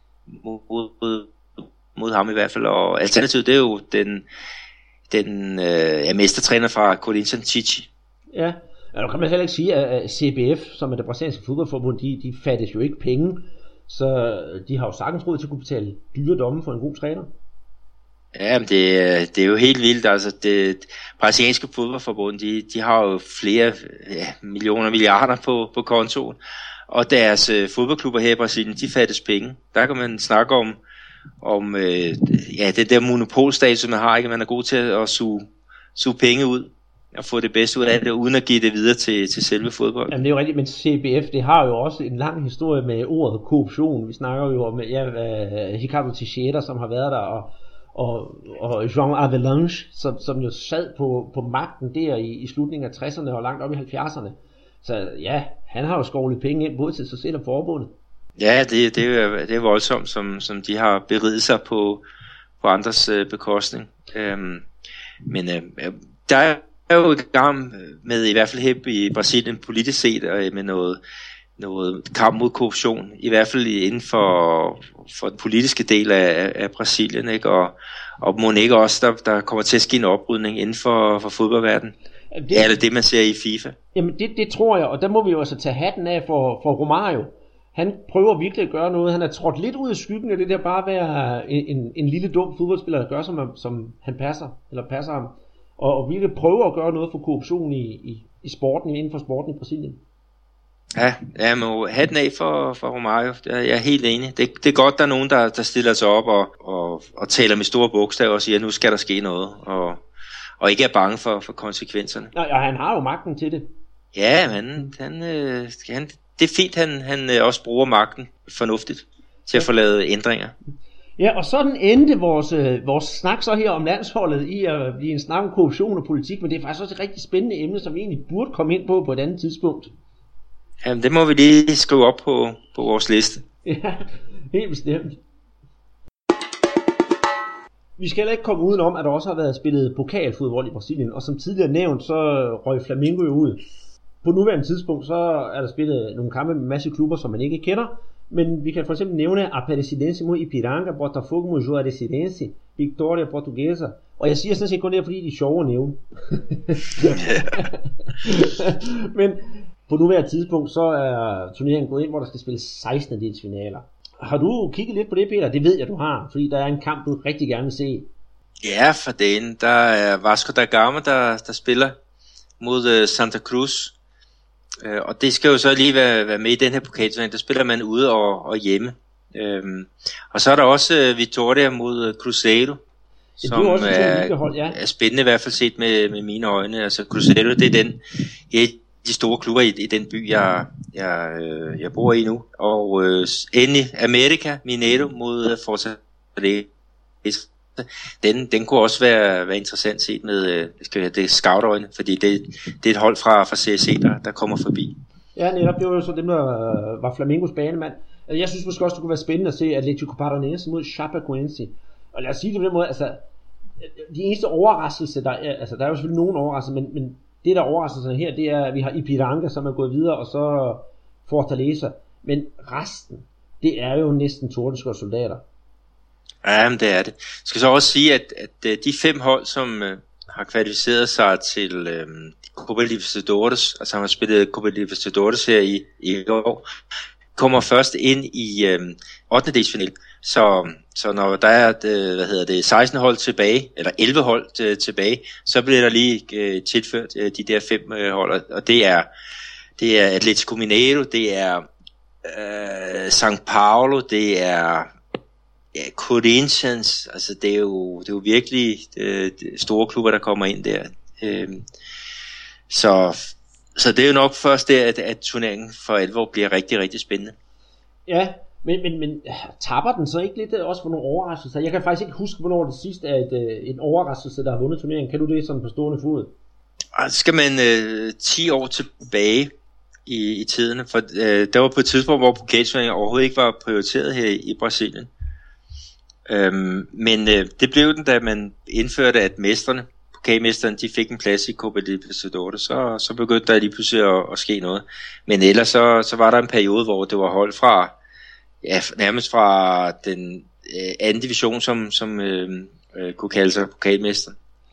mod, mod ham i hvert fald. Og alternativet, det er jo den, den øh, ja, mestertræner fra Corinthians, Tite. Ja, og nu kan man heller ikke sige, at C B F, som er det brasilianske fodboldforbund, de, de fattes jo ikke penge. Så de har jo sagtens råd til at kunne betale dyre domme for en god træner. Ja, men det, det er jo helt vildt. Altså, det brasilianske fodboldforbund, de, de har jo flere ja, millioner, milliarder på, på kontoen. Og deres øh, fodboldklubber her i Brasilien, de fattes penge. Der kan man snakke om, om øh, ja, det der monopolstatus, man har, ikke? Man er god til at suge, suge penge ud og få det bedste ud af det, uden at give det videre til, til selve fodbold. Jamen det er jo rigtigt, men C B F, det har jo også en lang historie med ordet korruption. Vi snakker jo om ja, Ricardo Teixeira, som har været der, og, og, og João Avalanche, som, som jo sad på, på magten der i, i slutningen af tresserne og langt op i halvfjerdserne. Så ja, han har jo skovlet penge ind både til sig selv og forbundet. Ja, det, det, er, det er voldsomt, som, som de har beriget sig på, på andres øh, bekostning. Øhm, men øh, der er er jo i gang med, i hvert fald her i Brasilien politisk set, med noget, noget kamp mod korruption, i hvert fald inden for, for den politiske del af, af Brasilien, ikke? Og, og må ikke også, der, der kommer til at ske en oprydning inden for, for fodboldverdenen. Det, er det det, man ser i FIFA? Jamen det, det tror jeg, og der må vi jo altså tage hatten af for, for Romario. Han prøver virkelig at gøre noget. Han er trådt lidt ud af skyggen af det der bare at være en, en, en lille dum fodboldspiller, der gør, som, som han passer, eller passer ham. Og, og virkelig prøver at gøre noget for korruption i, i, i sporten, inden for sporten i Brasilien. Ja, jeg må have den af for, for Romario. Jeg er helt enig. Det, det er godt, der er nogen, der, der stiller sig op og, og, og taler med store bogstaver og siger, at nu skal der ske noget. Og, og ikke er bange for, for konsekvenserne. Ja, og han har jo magten til det. Ja, men han, øh, han, det er fint, han, han øh, også bruger magten fornuftigt til at få lavet ændringer. Ja, og sådan endte vores, øh, vores snak så her om landsholdet i at blive en snak om korruption og politik, men det er faktisk også et rigtig spændende emne, som vi egentlig burde komme ind på på et andet tidspunkt. Jamen, det må vi lige skrive op på, på vores liste. Ja, helt bestemt. Vi skal heller ikke komme udenom, at der også har været spillet pokalfodbold i Brasilien, og som tidligere nævnt, så røg Flamengo jo ud. På nuværende tidspunkt, så er der spillet nogle kampe med en masse klubber, som man ikke kender, men vi kan for eksempel nævne Aparecidense mod Ipiranga, Botafogo mod Juarecidense, Victoria Portuguesa, og jeg siger sådan set kun det, fordi de er sjove at nævne. Men på nuværende tidspunkt, så er turneringen gået ind, hvor der skal spilles seksten delsfinaler. Har du kigget lidt på det, Peter? Det ved jeg, du har, fordi der er en kamp, du rigtig gerne vil se. Ja, for den. Der er Vasco da Gama, der, der spiller mod uh, Santa Cruz. Uh, og det skal jo så lige være, være med i den her pokalturnering. Der spiller man ude og, og hjemme. Um, og så er der også uh, Vitória mod uh, Cruzeiro, som ja, er, er, hold, ja. er spændende i hvert fald set med, med mine øjne. Altså Cruzeiro, det er den, et de store klubber i, i den by, jeg, jeg, øh, jeg bor i nu. Og øh, endelig America, Mineiro mod uh, Fortaleza. Den, den kunne også være, være interessant set med øh, det scout-øjne, fordi det, det er et hold fra, fra C S C, der, der kommer forbi. Ja, netop, det var jo så dem, der øh, var Flamengos banemand. Jeg synes måske også, det kunne være spændende at se Atlético Paranaense mod Chapecoense. Og lad os sige det på den måde, altså, de eneste overraskelser, der er, altså der er jo selvfølgelig nogen overraskelser, men, men det der overraskelserne her, det er, at vi har Ipiranga, som er gået videre, og så Fortaleza. Men resten, det er jo næsten tordenskård soldater. Ja, men det er det. Jeg skal så også sige, at, at de fem hold, som øh, har kvalificeret sig til øh, Copa Libertadores, altså har spillet Copa Libertadores her i, i år, kommer først ind i øh, ottendedelsfinalen. Så, så når der er øh, hvad hedder det, seksten hold tilbage, eller elleve hold øh, tilbage, så bliver der lige øh, tilført øh, de der fem øh, hold, og det er, det er Atletico Mineiro, det er øh, São Paulo, det er ja, Corinthians, altså det er jo, det er jo virkelig øh, store klubber, der kommer ind der. Øh, så, så det er jo nok først der, at, at turneringen for alvor bliver rigtig, rigtig spændende. Ja, men, men, men tapper den så ikke lidt også for nogle overraskelser? Jeg kan faktisk ikke huske, hvornår det sidste er et, en overraskelse, der har vundet turneringen. Kan du det sådan på stående fod? Så skal man øh, ti år tilbage i, i tiden, for øh, der var på et tidspunkt, hvor pokalturneringen overhovedet ikke var prioriteret her i, i Brasilien. Øhm, men øh, det blev den, da man indførte, at mestrene, pokalmesterne, de fik en plads i Copa Libertadores, så, så begyndte der lige pludselig at, at ske noget. Men ellers så, så var der en periode, hvor det var hold fra, ja, nærmest fra den øh, anden division, som, som øh, øh, kunne kalde sig pokalmester.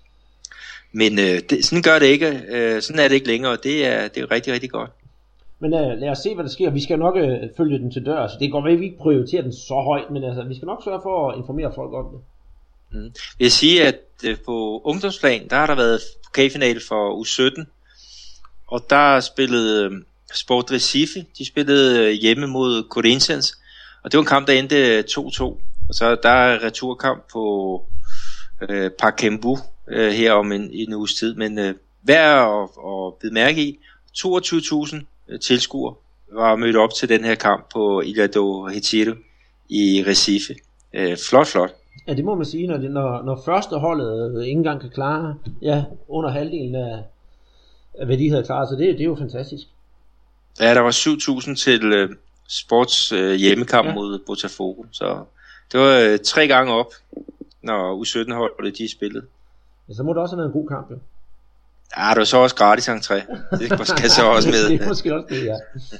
Men øh, det, sådan gør det ikke, øh, sådan er det ikke længere, og det er, det er rigtig, rigtig godt. Men uh, lad os se, hvad der sker. Vi skal nok uh, følge den til dør, så det går med, at vi ikke prioriterer den så højt, men altså, vi skal nok sørge for at informere folk om det. Mm. Jeg vil sige, at uh, på ungdomsplan, der har der været pokalfinale for U sytten, og der spillede uh, Sport Recife, de spillede uh, hjemme mod Corinthians, og det var en kamp, der endte to to, og så der er returkamp på uh, Pacaembu uh, her om en, en uges tid, men uh, værd at, at bide mærke i, toogtyve tusind tilskuere var mødt op til den her kamp på Ilha do Retiro i Recife. Øh, flot, flot. Ja, det må man sige, når, det, når, når første holdet ikke engang kan klare ja, under halvdelen af, af hvad de havde klaret, så det, det er jo fantastisk. Ja, der var syv tusind til øh, sports øh, hjemmekamp ja. mod Botafogo, så det var øh, tre gange op, når U sytten holdet de spillede. Ja, så må det også have været en god kamp, jo. Ja, det var så også gratis entré. Det skal så også med. Det er måske også det, ja.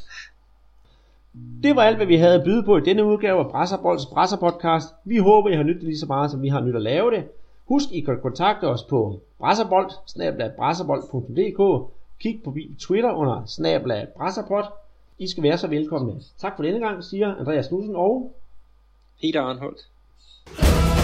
Det var alt, hvad vi havde at byde på i denne udgave af Brasserbolds Brasserpodcast. Vi håber, I har nyttet det lige så meget, som vi har nyttet at lave det. Husk, I kan kontakte os på brasserbold snabel-a brasserbold punktum d k. Kig på Twitter under snabel-a brasserpod. I skal være så velkomne. Tak for denne gang, siger Andreas Knudsen og Peter Arnholdt.